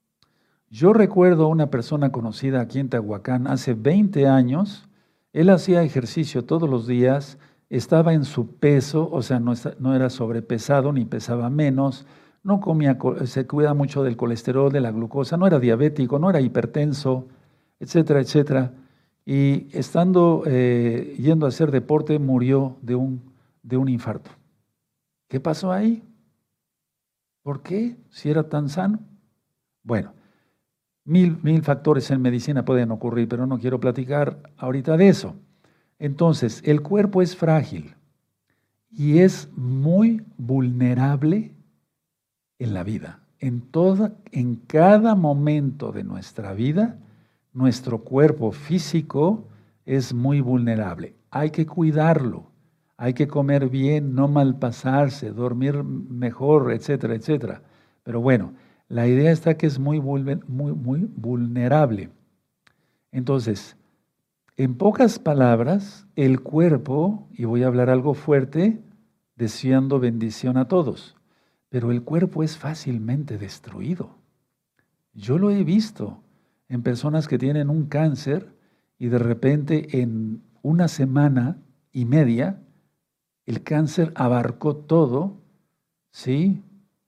Yo recuerdo a una persona conocida aquí en Tehuacán hace veinte años. Él hacía ejercicio todos los días, estaba en su peso, o sea, no, está, no era sobrepesado ni pesaba menos, no comía, se cuida mucho del colesterol, de la glucosa, no era diabético, no era hipertenso, etcétera, etcétera. Y estando eh, yendo a hacer deporte, murió de un, de un infarto. ¿Qué pasó ahí? ¿Por qué? Si era tan sano. Bueno, mil, mil factores en medicina pueden ocurrir, pero no quiero platicar ahorita de eso. Entonces, el cuerpo es frágil y es muy vulnerable en la vida. En, toda, en cada momento de nuestra vida, nuestro cuerpo físico es muy vulnerable. Hay que cuidarlo, hay que comer bien, no malpasarse, dormir mejor, etcétera, etcétera. Pero bueno, la idea está que es muy, muy, muy vulnerable. Entonces, en pocas palabras, el cuerpo, y voy a hablar algo fuerte, deseando bendición a todos, pero el cuerpo es fácilmente destruido. Yo lo he visto en personas que tienen un cáncer y de repente en una semana y media el cáncer abarcó todo, ¿sí?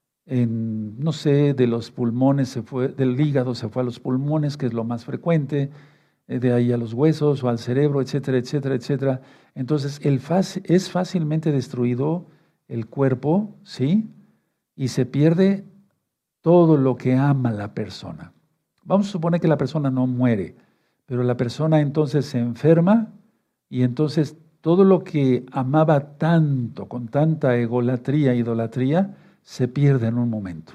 En, no sé, de los pulmones se fue, del hígado se fue a los pulmones, que es lo más frecuente, de ahí a los huesos o al cerebro, etcétera, etcétera, etcétera. Entonces, el es fácilmente destruido el cuerpo, ¿sí? Y se pierde todo lo que ama la persona. Vamos a suponer que la persona no muere, pero la persona entonces se enferma y entonces todo lo que amaba tanto, con tanta egolatría, idolatría, se pierde en un momento.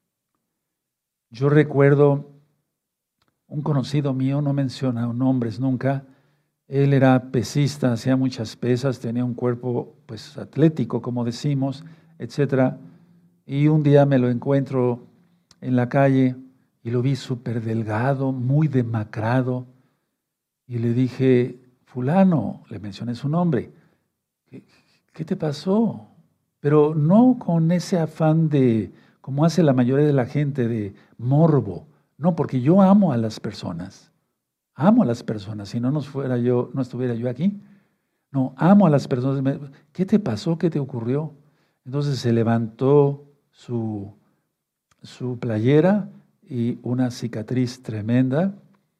Yo recuerdo un conocido mío, no menciona nombres nunca, él era pesista, hacía muchas pesas, tenía un cuerpo pues atlético, como decimos, etcétera. Y un día me lo encuentro en la calle y lo vi súper delgado, muy demacrado. Y le dije, fulano, le mencioné su nombre, ¿qué, qué te pasó? Pero no con ese afán de, como hace la mayoría de la gente, de morbo. No, porque yo amo a las personas. Amo a las personas. Si no nos fuera yo, no estuviera yo aquí. No, amo a las personas. ¿Qué te pasó? ¿Qué te ocurrió? Entonces se levantó su, su playera y una cicatriz tremenda.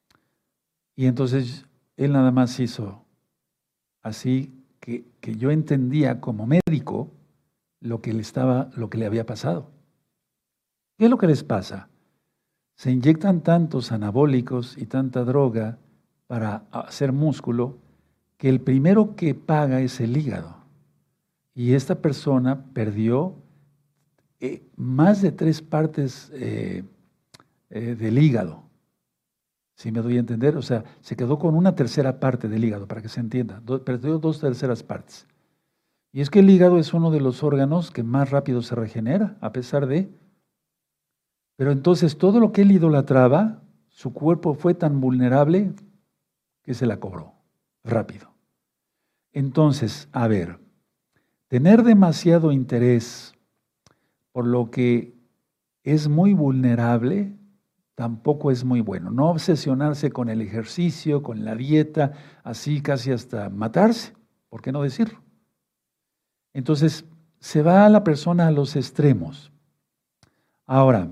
Y entonces él nada más hizo así que, que yo entendía como médico lo que le estaba, lo que le había pasado. ¿Qué es lo que les pasa? Se inyectan tantos anabólicos y tanta droga para hacer músculo que el primero que paga es el hígado. Y esta persona perdió eh, más de tres partes eh, eh, del hígado. ¿Sí me doy a entender? O sea, se quedó con una tercera parte del hígado, para que se entienda. Do, perdió dos terceras partes. Y es que el hígado es uno de los órganos que más rápido se regenera, a pesar de... Pero entonces todo lo que él idolatraba, su cuerpo fue tan vulnerable que se la cobró rápido. Entonces, a ver, tener demasiado interés por lo que es muy vulnerable tampoco es muy bueno. No obsesionarse con el ejercicio, con la dieta, así casi hasta matarse, ¿por qué no decirlo? Entonces, se va a la persona a los extremos. Ahora,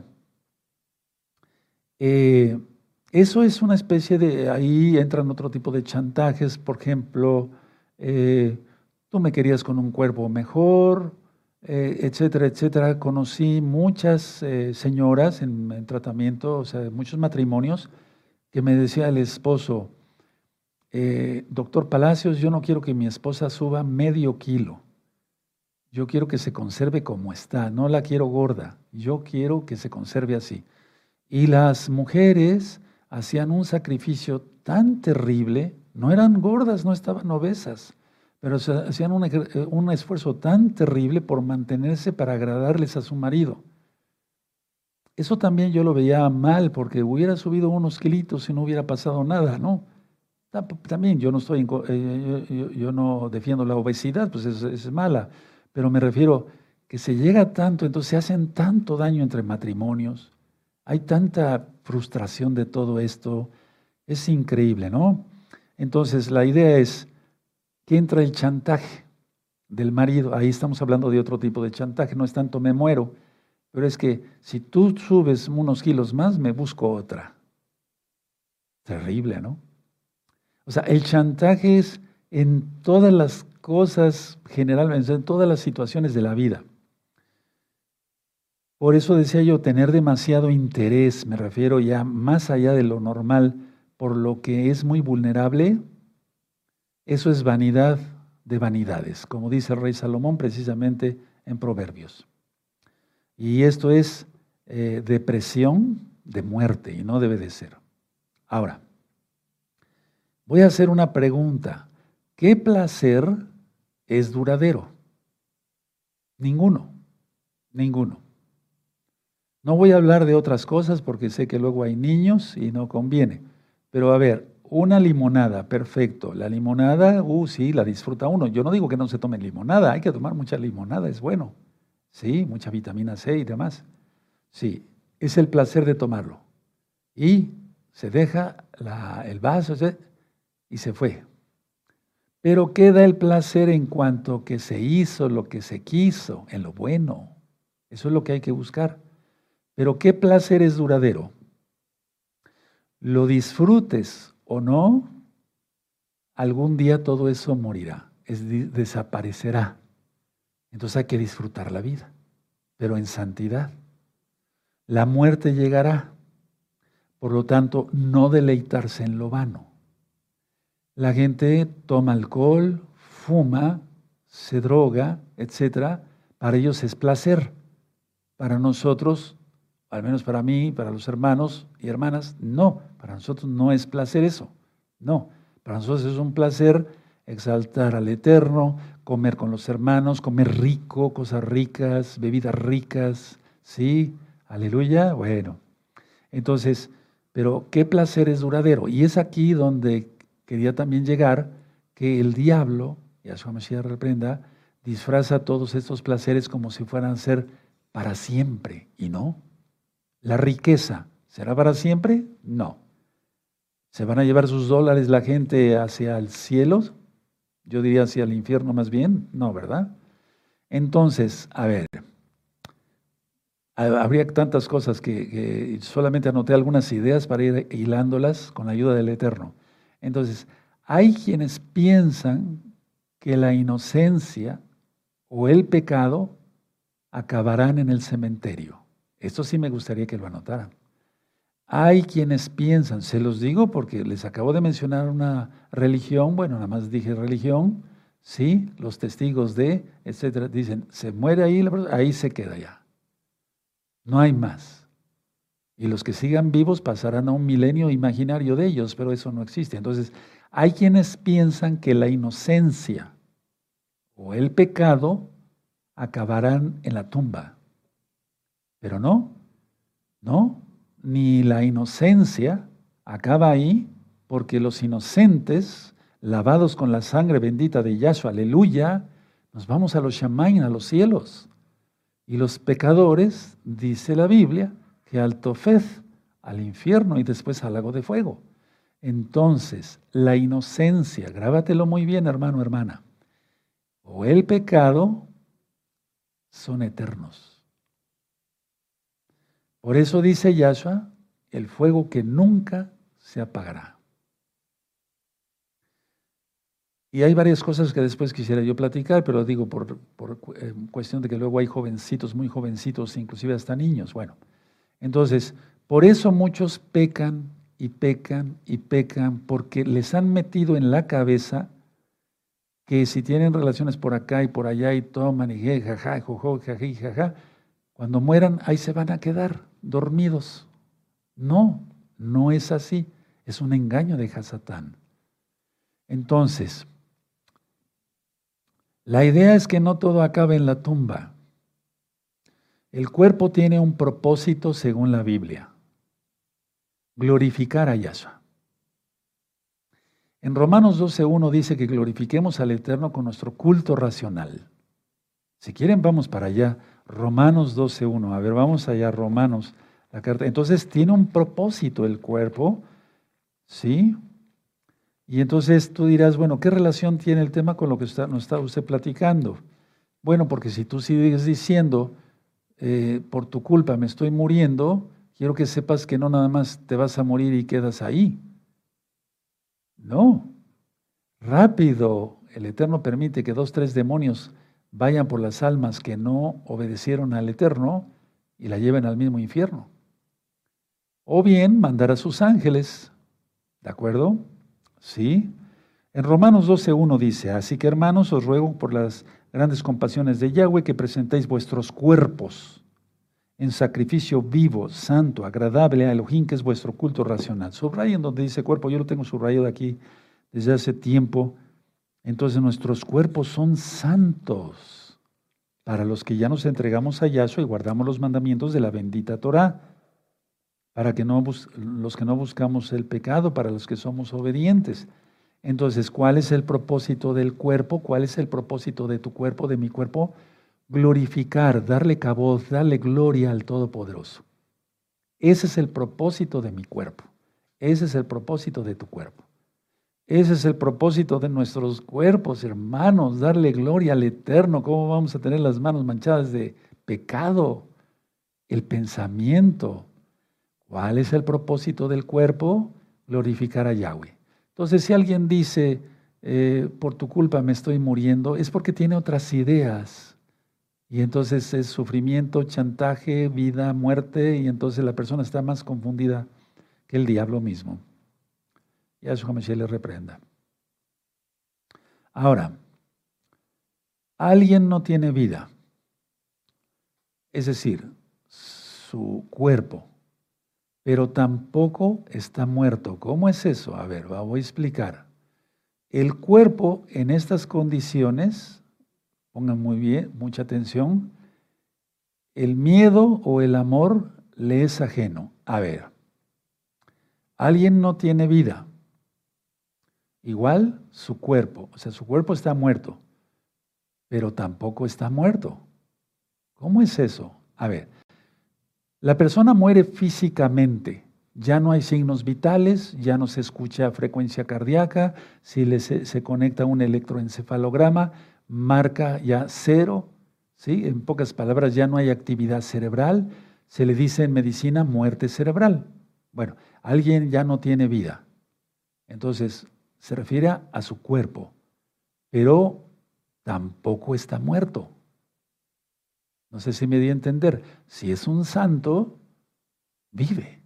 Eh, eso es una especie de, ahí entran otro tipo de chantajes, por ejemplo, eh, tú me querías con un cuerpo mejor, eh, etcétera, etcétera. Conocí muchas eh, señoras en, en tratamiento, o sea, muchos matrimonios, que me decía el esposo, eh, doctor Palacios, yo no quiero que mi esposa suba medio kilo, yo quiero que se conserve como está, no la quiero gorda, yo quiero que se conserve así. Y las mujeres hacían un sacrificio tan terrible, no eran gordas, no estaban obesas, pero se- hacían un, ejer- un esfuerzo tan terrible por mantenerse para agradarles a su marido. Eso también yo lo veía mal, porque hubiera subido unos kilitos y no hubiera pasado nada, ¿no? Ta- También yo no estoy, en co- eh, yo, yo- yo no defiendo la obesidad, pues es, es mala, pero me refiero que se llega tanto, entonces se hacen tanto daño entre matrimonios, hay tanta frustración de todo esto, es increíble, ¿no? Entonces la idea es que entra el chantaje del marido, ahí estamos hablando de otro tipo de chantaje, no es tanto me muero, pero es que si tú subes unos kilos más, me busco otra. Terrible, ¿no? O sea, el chantaje es en todas las cosas, generalmente, en todas las situaciones de la vida. Por eso decía yo, tener demasiado interés, me refiero ya más allá de lo normal, por lo que es muy vulnerable, eso es vanidad de vanidades, como dice el rey Salomón precisamente en Proverbios. Y esto es eh, depresión de muerte y no debe de ser. Ahora, voy a hacer una pregunta. ¿Qué placer es duradero? Ninguno, ninguno. No voy a hablar de otras cosas porque sé que luego hay niños y no conviene. Pero a ver, una limonada, perfecto. La limonada, uh, sí, la disfruta uno. Yo no digo que no se tome limonada, hay que tomar mucha limonada, es bueno. Sí, mucha vitamina C y demás. Sí, es el placer de tomarlo. Y se deja la- el vaso ¿sí? Y se fue. Pero queda el placer en cuanto que se hizo lo que se quiso, en lo bueno. Eso es lo que hay que buscar. Pero ¿qué placer es duradero? Lo disfrutes o no, algún día todo eso morirá, es, desaparecerá. Entonces hay que disfrutar la vida, pero en santidad. La muerte llegará, por lo tanto, no deleitarse en lo vano. La gente toma alcohol, fuma, se droga, etcétera. Para ellos es placer. Para nosotros, al menos para mí, para los hermanos y hermanas, no. Para nosotros no es placer eso. No. Para nosotros es un placer exaltar al Eterno, comer con los hermanos, comer rico, cosas ricas, bebidas ricas. ¿Sí? Aleluya. Bueno. Entonces, pero ¿qué placer es duradero? Y es aquí donde quería también llegar, que el diablo, Yahshua Mashiach reprenda, disfraza todos estos placeres como si fueran a ser para siempre, y no. La riqueza, ¿será para siempre? No. ¿Se van a llevar sus dólares la gente hacia el cielo? Yo diría hacia el infierno más bien, no, ¿verdad? Entonces, a ver, habría tantas cosas que, que solamente anoté algunas ideas para ir hilándolas con la ayuda del Eterno. Entonces, hay quienes piensan que la inocencia o el pecado acabarán en el cementerio. Esto sí me gustaría que lo anotaran. Hay quienes piensan, se los digo porque les acabo de mencionar una religión, bueno, nada más dije religión, sí, los testigos de, etcétera, dicen, se muere ahí, la persona, ahí se queda ya. No hay más. Y los que sigan vivos pasarán a un milenio imaginario de ellos, pero eso no existe. Entonces, hay quienes piensan que la inocencia o el pecado acabarán en la tumba. Pero no, no, ni la inocencia acaba ahí, porque los inocentes, lavados con la sangre bendita de Yahshua, aleluya, nos vamos a los Shamaim, a los cielos. Y los pecadores, dice la Biblia, que al Tofet, al infierno y después al lago de fuego. Entonces, la inocencia, grábatelo muy bien, hermano, hermana, o el pecado son eternos. Por eso dice Yahshua, el fuego que nunca se apagará. Y hay varias cosas que después quisiera yo platicar, pero digo por, por eh, cuestión de que luego hay jovencitos, muy jovencitos, inclusive hasta niños. Bueno, entonces, por eso muchos pecan y pecan y pecan, porque les han metido en la cabeza que si tienen relaciones por acá y por allá y toman y je, jaja, jojo, jají, jaja, cuando mueran ahí se van a quedar dormidos No, no es así. Es un engaño de Hasatán. Entonces, la idea es que no todo acabe en la tumba. El cuerpo tiene un propósito según la Biblia: glorificar a Yahshua. En Romanos doce uno dice que glorifiquemos al Eterno con nuestro culto racional. Si quieren, vamos para allá. Romanos doce uno. A ver, vamos allá, Romanos. La carta. Entonces, tiene un propósito el cuerpo, ¿sí? Y entonces tú dirás, bueno, ¿qué relación tiene el tema con lo que está, nos está usted platicando? Bueno, porque si tú sigues diciendo, eh, por tu culpa me estoy muriendo, quiero que sepas que no nada más te vas a morir y quedas ahí. No. Rápido, el Eterno permite que dos, tres demonios vayan por las almas que no obedecieron al Eterno y la lleven al mismo infierno. O bien mandar a sus ángeles, ¿de acuerdo? Sí. En Romanos doce uno dice, así que hermanos, os ruego por las grandes compasiones de Yahweh que presentéis vuestros cuerpos en sacrificio vivo, santo, agradable a Elohim, que es vuestro culto racional. Subrayen donde dice cuerpo, yo lo tengo subrayado aquí desde hace tiempo. Entonces nuestros cuerpos son santos para los que ya nos entregamos a Yahshua y guardamos los mandamientos de la bendita Torah, para que no los que no buscamos el pecado, para los que somos obedientes. Entonces, ¿cuál es el propósito del cuerpo? ¿Cuál es el propósito de tu cuerpo, de mi cuerpo? Glorificar, darle caboz, darle gloria al Todopoderoso. Ese es el propósito de mi cuerpo. Ese es el propósito de tu cuerpo. Ese es el propósito de nuestros cuerpos, hermanos, darle gloria al Eterno. ¿Cómo vamos a tener las manos manchadas de pecado? El pensamiento. ¿Cuál es el propósito del cuerpo? Glorificar a Yahweh. Entonces, si alguien dice, eh, por tu culpa me estoy muriendo, es porque tiene otras ideas. Y entonces es sufrimiento, chantaje, vida, muerte, y entonces la persona está más confundida que el diablo mismo. Yahshua Mashiach le reprenda. Ahora, alguien no tiene vida, es decir, su cuerpo, pero tampoco está muerto. ¿Cómo es eso? A ver, voy a explicar. El cuerpo en estas condiciones, pongan muy bien, mucha atención, el miedo o el amor le es ajeno. A ver, alguien no tiene vida. Igual su cuerpo, o sea, su cuerpo está muerto, pero tampoco está muerto. ¿Cómo es eso? A ver, la persona muere físicamente, ya no hay signos vitales, ya no se escucha frecuencia cardíaca, si le se, se conecta un electroencefalograma, marca ya cero, ¿sí? En pocas palabras, ya no hay actividad cerebral, se le dice en medicina muerte cerebral. Bueno, alguien ya no tiene vida, entonces se refiere a su cuerpo, pero tampoco está muerto. No sé si me di a entender. Si es un santo, vive.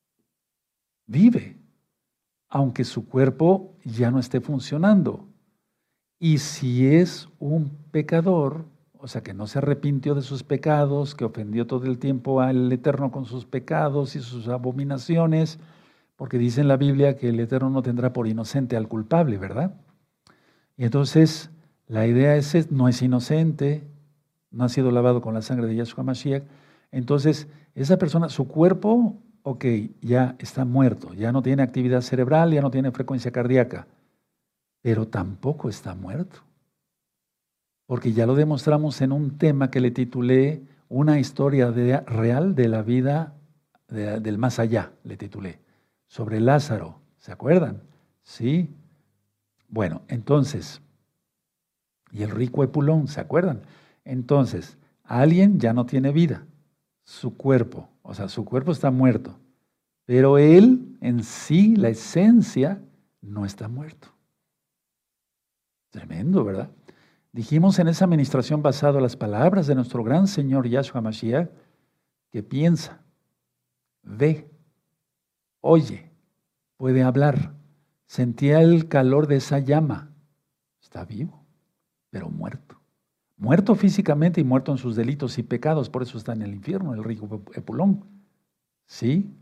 Vive. Aunque su cuerpo ya no esté funcionando. Y si es un pecador, o sea, que no se arrepintió de sus pecados, que ofendió todo el tiempo al Eterno con sus pecados y sus abominaciones, porque dice en la Biblia que el Eterno no tendrá por inocente al culpable, ¿verdad? Y entonces la idea es, no es inocente, no ha sido lavado con la sangre de Yahshua Mashiach. Entonces, esa persona, su cuerpo, ok, ya está muerto, ya no tiene actividad cerebral, ya no tiene frecuencia cardíaca, pero tampoco está muerto. Porque ya lo demostramos en un tema que le titulé Una historia de, real de la vida de, del más allá, le titulé, sobre Lázaro. ¿Se acuerdan? Sí. Bueno, entonces, y el rico Epulón, ¿se acuerdan? Entonces, alguien ya no tiene vida, su cuerpo, o sea, su cuerpo está muerto, pero él en sí, la esencia, no está muerto. Tremendo, ¿verdad? Dijimos en esa administración basado en las palabras de nuestro gran Señor Yahshua Mashiach, que piensa, ve, oye, puede hablar, sentía el calor de esa llama, está vivo, pero muerto. Muerto físicamente y muerto en sus delitos y pecados, por eso está en el infierno, el rico Epulón. ¿Sí?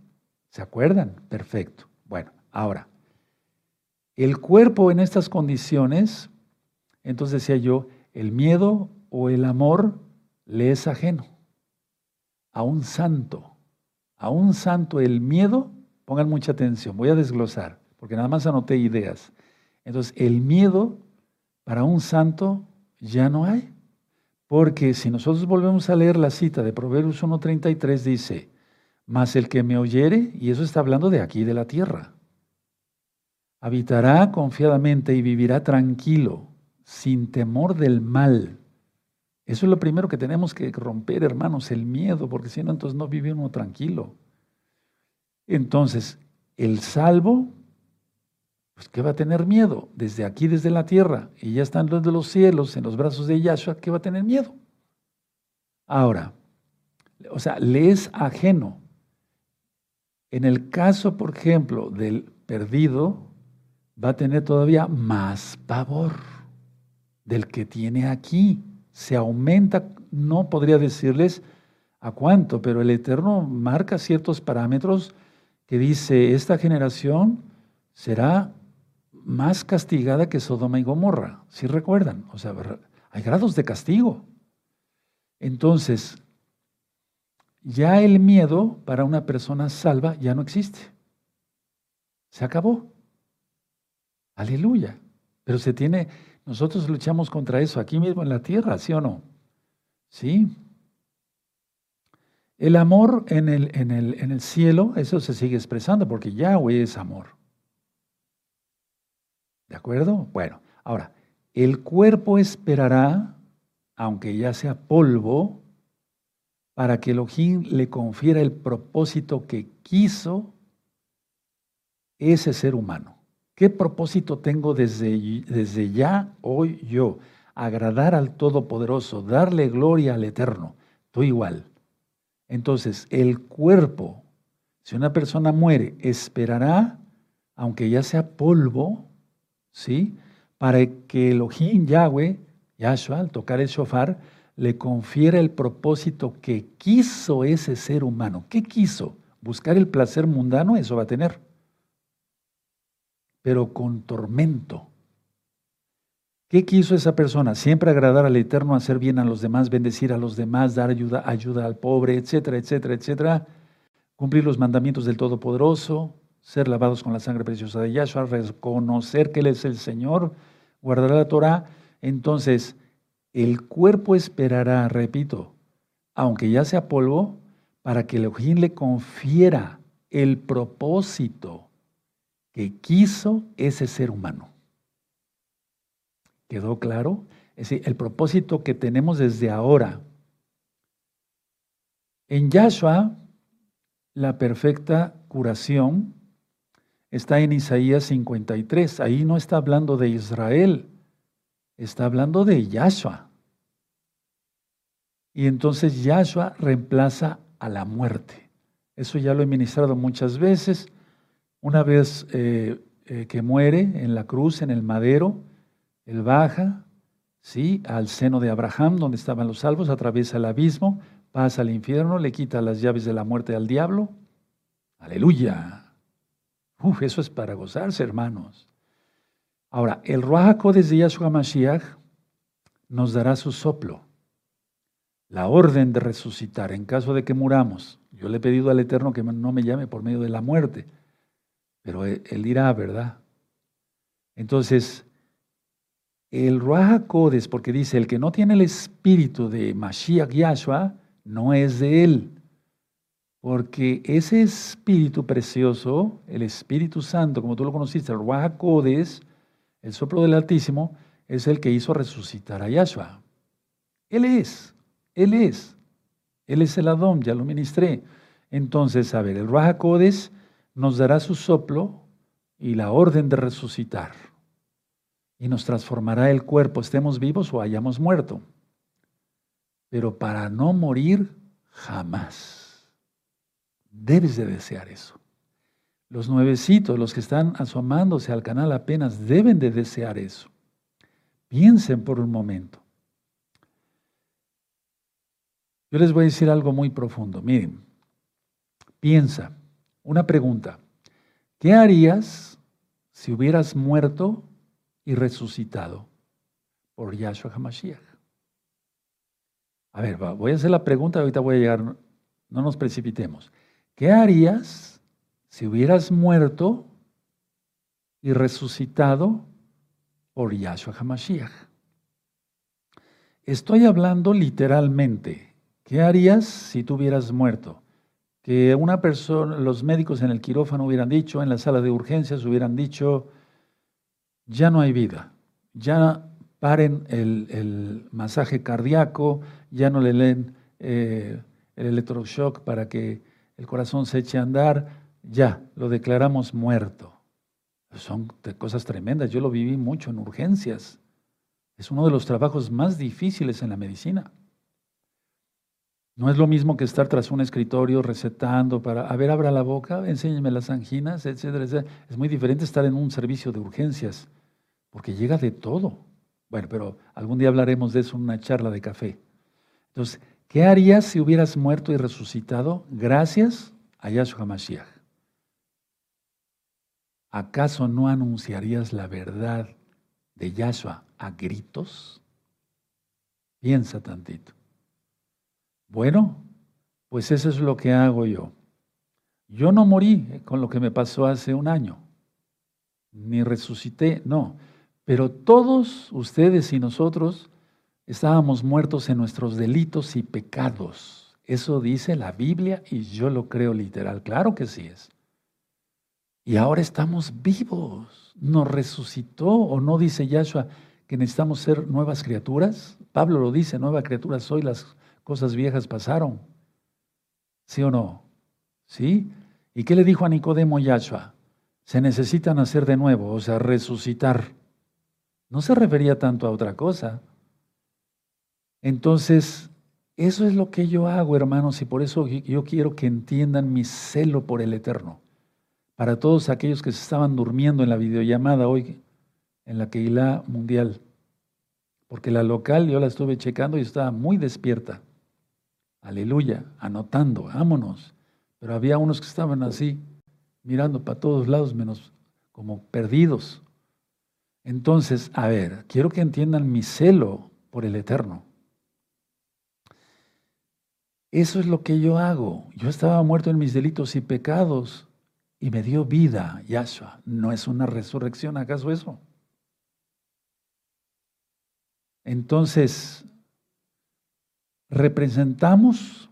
¿Se acuerdan? Perfecto. Bueno, ahora, el cuerpo en estas condiciones, entonces decía yo, el miedo o el amor le es ajeno a un santo. A un santo el miedo, pongan mucha atención, voy a desglosar, porque nada más anoté ideas. Entonces, el miedo para un santo ya no hay, porque si nosotros volvemos a leer la cita de Proverbios uno treinta y tres, dice, mas el que me oyere, y eso está hablando de aquí, de la tierra, habitará confiadamente y vivirá tranquilo, sin temor del mal. Eso es lo primero que tenemos que romper, hermanos, el miedo, porque si no, entonces no vive uno tranquilo. Entonces, el salvo, pues ¿qué va a tener miedo? Desde aquí, desde la tierra, y ya están desde los cielos, en los brazos de Yahshua, ¿qué va a tener miedo? Ahora, o sea, le es ajeno. En el caso, por ejemplo, del perdido, va a tener todavía más pavor del que tiene aquí. Se aumenta, no podría decirles a cuánto, pero el Eterno marca ciertos parámetros que dice, esta generación será más castigada que Sodoma y Gomorra. ¿Sí recuerdan? O sea, hay grados de castigo. Entonces, ya el miedo para una persona salva ya no existe. Se acabó. Aleluya. Pero se tiene, nosotros luchamos contra eso aquí mismo en la tierra, ¿sí o no? Sí. El amor en el, en el, en el cielo, eso se sigue expresando porque Yahweh es amor. ¿De acuerdo? Bueno, ahora, el cuerpo esperará, aunque ya sea polvo, para que Elohim le confiera el propósito que quiso ese ser humano. ¿Qué propósito tengo desde, desde ya, hoy yo? Agradar al Todopoderoso, darle gloria al Eterno. Tú igual. Entonces, el cuerpo, si una persona muere, esperará, aunque ya sea polvo, ¿sí? Para que Elohim, Yahweh, Yahshua, al tocar el shofar, le confiera el propósito que quiso ese ser humano. ¿Qué quiso? Buscar el placer mundano, eso va a tener, pero con tormento. ¿Qué quiso esa persona? Siempre agradar al Eterno, hacer bien a los demás, bendecir a los demás, dar ayuda, ayuda al pobre, etcétera, etcétera, etcétera. Cumplir los mandamientos del Todopoderoso, ser lavados con la sangre preciosa de Yahshua, reconocer que Él es el Señor, guardar la Torah. Entonces, el cuerpo esperará, repito, aunque ya sea polvo, para que Elohim le confiera el propósito que quiso ese ser humano. ¿Quedó claro? Es decir, el propósito que tenemos desde ahora. En Yahshua, la perfecta curación está en Isaías cincuenta y tres. Ahí no está hablando de Israel, está hablando de Yahshua. Y entonces Yahshua reemplaza a la muerte. Eso ya lo he ministrado muchas veces. Una vez eh, eh, que muere en la cruz, en el madero, Él baja, ¿sí?, al seno de Abraham, donde estaban los salvos, atraviesa el abismo, pasa al infierno, le quita las llaves de la muerte al diablo. ¡Aleluya! Uf, eso es para gozarse, hermanos. Ahora, el Ruach HaKodesh de Yahshua Mashiach nos dará su soplo, la orden de resucitar en caso de que muramos. Yo le he pedido al Eterno que no me llame por medio de la muerte, pero Él dirá, ¿verdad? Entonces, el Ruach HaKodesh, porque dice, el que no tiene el espíritu de Mashiach Yahshua, no es de Él. Porque ese espíritu precioso, el Espíritu Santo, como tú lo conociste, el Ruach HaKodesh, el soplo del Altísimo, es el que hizo resucitar a Yahshua. Él es, Él es, Él es el Adón, ya lo ministré. Entonces, a ver, el Ruach HaKodesh nos dará su soplo y la orden de resucitar. Y nos transformará el cuerpo, estemos vivos o hayamos muerto. Pero para no morir jamás. Debes de desear eso. Los nuevecitos, los que están asomándose al canal apenas, deben de desear eso. Piensen por un momento. Yo les voy a decir algo muy profundo. Miren, piensa, Una pregunta. ¿Qué harías si hubieras muerto y resucitado por Yahshua HaMashiach? A ver, va, voy a hacer la pregunta, ahorita voy a llegar, no nos precipitemos. ¿Qué harías si hubieras muerto y resucitado por Yahshua HaMashiach? Estoy hablando literalmente. ¿Qué harías si tú hubieras muerto? Que una persona, los médicos en el quirófano hubieran dicho, en la sala de urgencias hubieran dicho, ya no hay vida, ya paren el, el masaje cardíaco, ya no le leen eh, el electroshock para que el corazón se eche a andar, ya, lo declaramos muerto. Son cosas tremendas, yo lo viví mucho en urgencias. Es uno de los trabajos más difíciles en la medicina. No es lo mismo que estar tras un escritorio recetando para, a ver, abra la boca, enséñeme las anginas, etcétera, etcétera. Es muy diferente estar en un servicio de urgencias, porque llega de todo. Bueno, pero algún día hablaremos de eso en una charla de café. Entonces, ¿qué harías si hubieras muerto y resucitado gracias a Yahshua HaMashiach? ¿Acaso no anunciarías la verdad de Yahshua a gritos? Piensa tantito. Bueno, pues eso es lo que hago yo. Yo no morí con lo que me pasó hace un año, ni resucité, no. Pero todos ustedes y nosotros estábamos muertos en nuestros delitos y pecados. Eso dice la Biblia y yo lo creo literal. Claro que sí es. Y ahora estamos vivos. ¿Nos resucitó o no dice Yahshua que necesitamos ser nuevas criaturas? Pablo lo dice, nueva criatura soy, las cosas viejas pasaron. ¿Sí o no? ¿Sí? ¿Y qué le dijo a Nicodemo Yahshua? Se necesita nacer de nuevo, o sea, resucitar. No se refería tanto a otra cosa. Entonces, eso es lo que yo hago, hermanos, y por eso yo quiero que entiendan mi celo por el Eterno. Para todos aquellos que se estaban durmiendo en la videollamada hoy, en la Keilah Mundial. Porque la local yo la estuve checando y estaba muy despierta. Aleluya, anotando, vámonos. Pero había unos que estaban así, mirando para todos lados, menos como perdidos. Entonces, a ver, quiero que entiendan mi celo por el Eterno. Eso es lo que yo hago. Yo estaba muerto en mis delitos y pecados y me dio vida, Yahshua. ¿No es una resurrección acaso eso? Entonces, representamos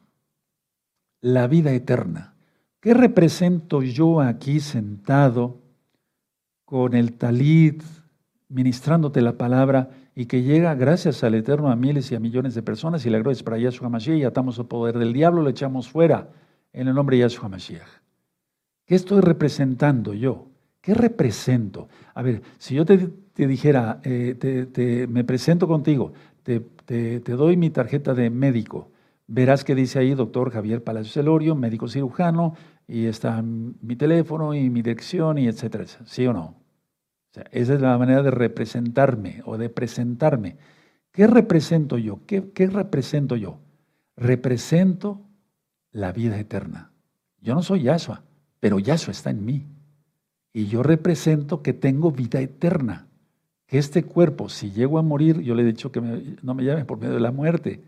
la vida eterna. ¿Qué represento yo aquí sentado con el talit, ministrándote la palabra y que llega gracias al Eterno a miles y a millones de personas y la gloria es para Yahshua HaMashiach y atamos el poder del diablo, lo echamos fuera en el nombre de Yahshua HaMashiach? ¿Qué estoy representando yo? ¿Qué represento? A ver, si yo te, te dijera, eh, te, te, me presento contigo, te, te, te doy mi tarjeta de médico, verás que dice ahí doctor Javier Palacios Elorio, médico cirujano, y está mi teléfono y mi dirección y etcétera, ¿sí o no? O sea, esa es la manera de representarme o de presentarme. ¿Qué represento yo? ¿Qué, qué represento yo? Represento la vida eterna. Yo no soy Yahshua, pero Yahshua está en mí. Y yo represento que tengo vida eterna. Que este cuerpo, si llego a morir, yo le he dicho que me, no me llame por medio de la muerte.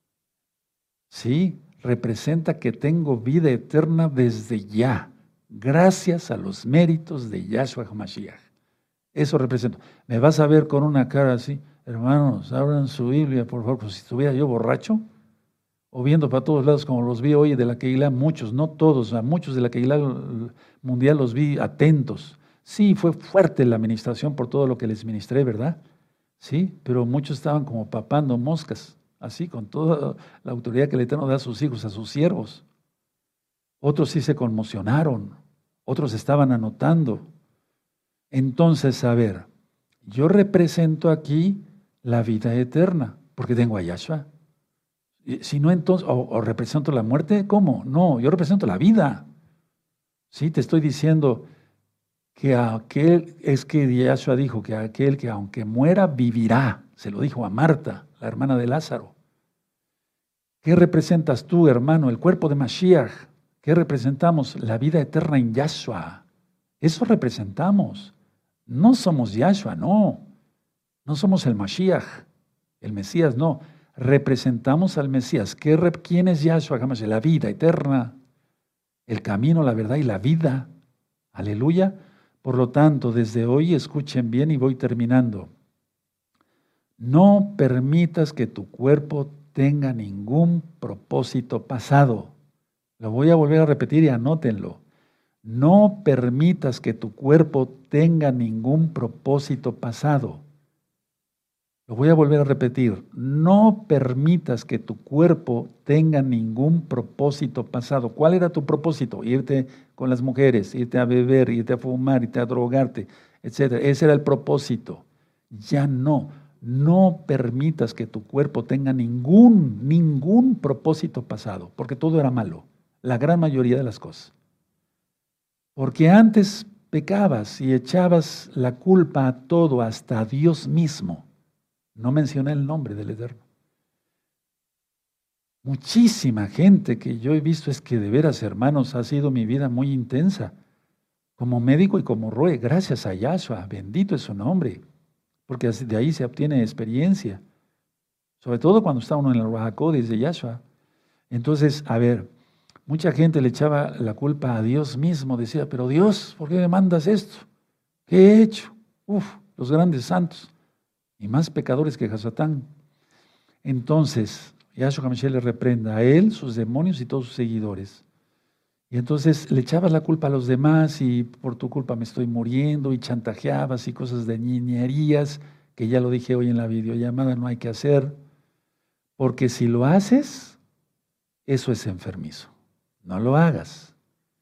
Sí, representa que tengo vida eterna desde ya, gracias a los méritos de Yahshua HaMashiach. Eso represento. Me vas a ver con una cara así, hermanos, abran su Biblia, por favor, pues si estuviera yo borracho, o viendo para todos lados como los vi hoy de la Keilah, muchos, no todos, a muchos de la Keilah Mundial los vi atentos. Sí, fue fuerte la administración por todo lo que les ministré, ¿verdad? Sí, pero muchos estaban como papando moscas, así, con toda la autoridad que el Eterno da a sus hijos, a sus siervos. Otros sí se conmocionaron, otros estaban anotando. Entonces, a ver, yo represento aquí la vida eterna, porque tengo a Yahshua. Si no, entonces, o, o represento la muerte, ¿cómo? No, yo represento la vida. Sí, te estoy diciendo que aquel, es que Yahshua dijo que aquel que aunque muera, vivirá. Se lo dijo a Marta, la hermana de Lázaro. ¿Qué representas tú, hermano? El cuerpo de Mashiach. ¿Qué representamos? La vida eterna en Yahshua. Eso representamos. No somos Yahshua, no. No somos el Mashiach, el Mesías, no. Representamos al Mesías. ¿Qué rep ¿Quién es Yahshua? La vida eterna, el camino, la verdad y la vida. Aleluya. Por lo tanto, desde hoy escuchen bien y voy terminando. No permitas que tu cuerpo tenga ningún propósito pasado. Lo voy a volver a repetir y anótenlo. No permitas que tu cuerpo tenga ningún propósito pasado. Lo voy a volver a repetir. No permitas que tu cuerpo tenga ningún propósito pasado. ¿Cuál era tu propósito? Irte con las mujeres, irte a beber, irte a fumar, irte a drogarte, etcétera. Ese era el propósito. Ya no. No permitas que tu cuerpo tenga ningún, ningún propósito pasado, porque todo era malo, la gran mayoría de las cosas. Porque antes pecabas y echabas la culpa a todo, hasta a Dios mismo. No mencioné el nombre del Eterno. Muchísima gente que yo he visto, es que de veras, hermanos, ha sido mi vida muy intensa, como médico y como roe, gracias a Yahshua, bendito es su nombre. Porque de ahí se obtiene experiencia, sobre todo cuando está uno en el Ruach HaKodesh de Yahshua. Entonces, a ver, mucha gente le echaba la culpa a Dios mismo, decía, pero Dios, ¿por qué me mandas esto? ¿Qué he hecho? Uf, los grandes santos, y más pecadores que Hasatán. Entonces, Yahshua HaMashiach le reprenda a él, sus demonios y todos sus seguidores. Y entonces le echabas la culpa a los demás y por tu culpa me estoy muriendo y chantajeabas y cosas de niñerías, que ya lo dije hoy en la videollamada, no hay que hacer, porque si lo haces, eso es enfermizo. No lo hagas.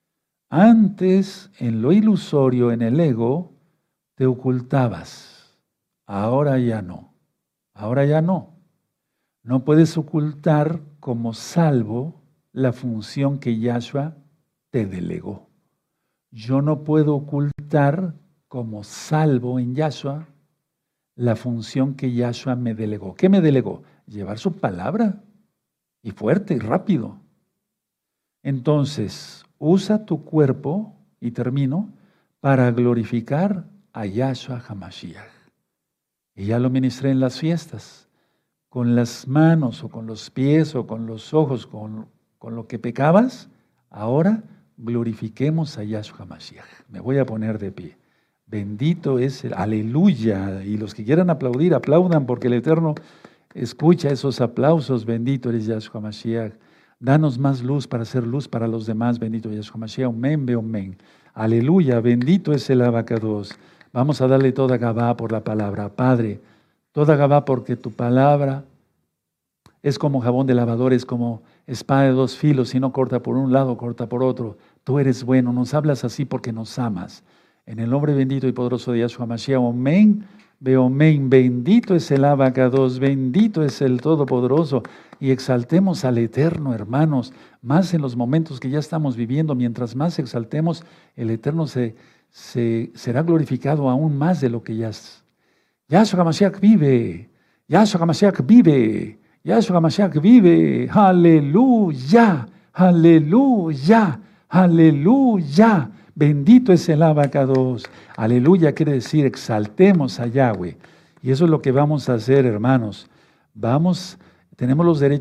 Antes, en lo ilusorio, en el ego, te ocultabas. Ahora ya no. Ahora ya no. No puedes ocultar como salvo la función que Yahshua te delegó. Yo no puedo ocultar como salvo en Yahshua la función que Yahshua me delegó. ¿Qué me delegó? Llevar su palabra, y fuerte y rápido. Entonces, usa tu cuerpo, y termino, para glorificar a Yahshua HaMashiach. Y ya lo ministré en las fiestas, con las manos o con los pies o con los ojos, con, con lo que pecabas. Ahora glorifiquemos a Yahshua HaMashiach. Me voy a poner de pie. Bendito es el aleluya. Y los que quieran aplaudir, aplaudan, porque el Eterno escucha esos aplausos. Bendito eres Yahshua HaMashiach. Danos más luz para hacer luz para los demás. Bendito Yahshua HaMashiach. Amén, amén. Aleluya. Bendito es el abacados. Vamos a darle toda Gabá por la palabra. Padre, toda Gabá porque tu palabra es como jabón de lavador, es como espada de dos filos, si no corta por un lado, corta por otro. Tú eres bueno, nos hablas así porque nos amas. En el nombre bendito y poderoso de Yahshua HaMashiach, amén, veo amén. Bendito es el abacados, bendito es el Todopoderoso. Y exaltemos al Eterno, hermanos, más en los momentos que ya estamos viviendo. Mientras más exaltemos, el Eterno se, se, será glorificado aún más de lo que ya es. Yahshua HaMashiach vive, Yahshua HaMashiach vive. Yahshua HaMashiach vive, aleluya, aleluya, aleluya. Bendito es el abacados. Aleluya quiere decir exaltemos a Yahweh. Y eso es lo que vamos a hacer, hermanos. Vamos, tenemos los derechos.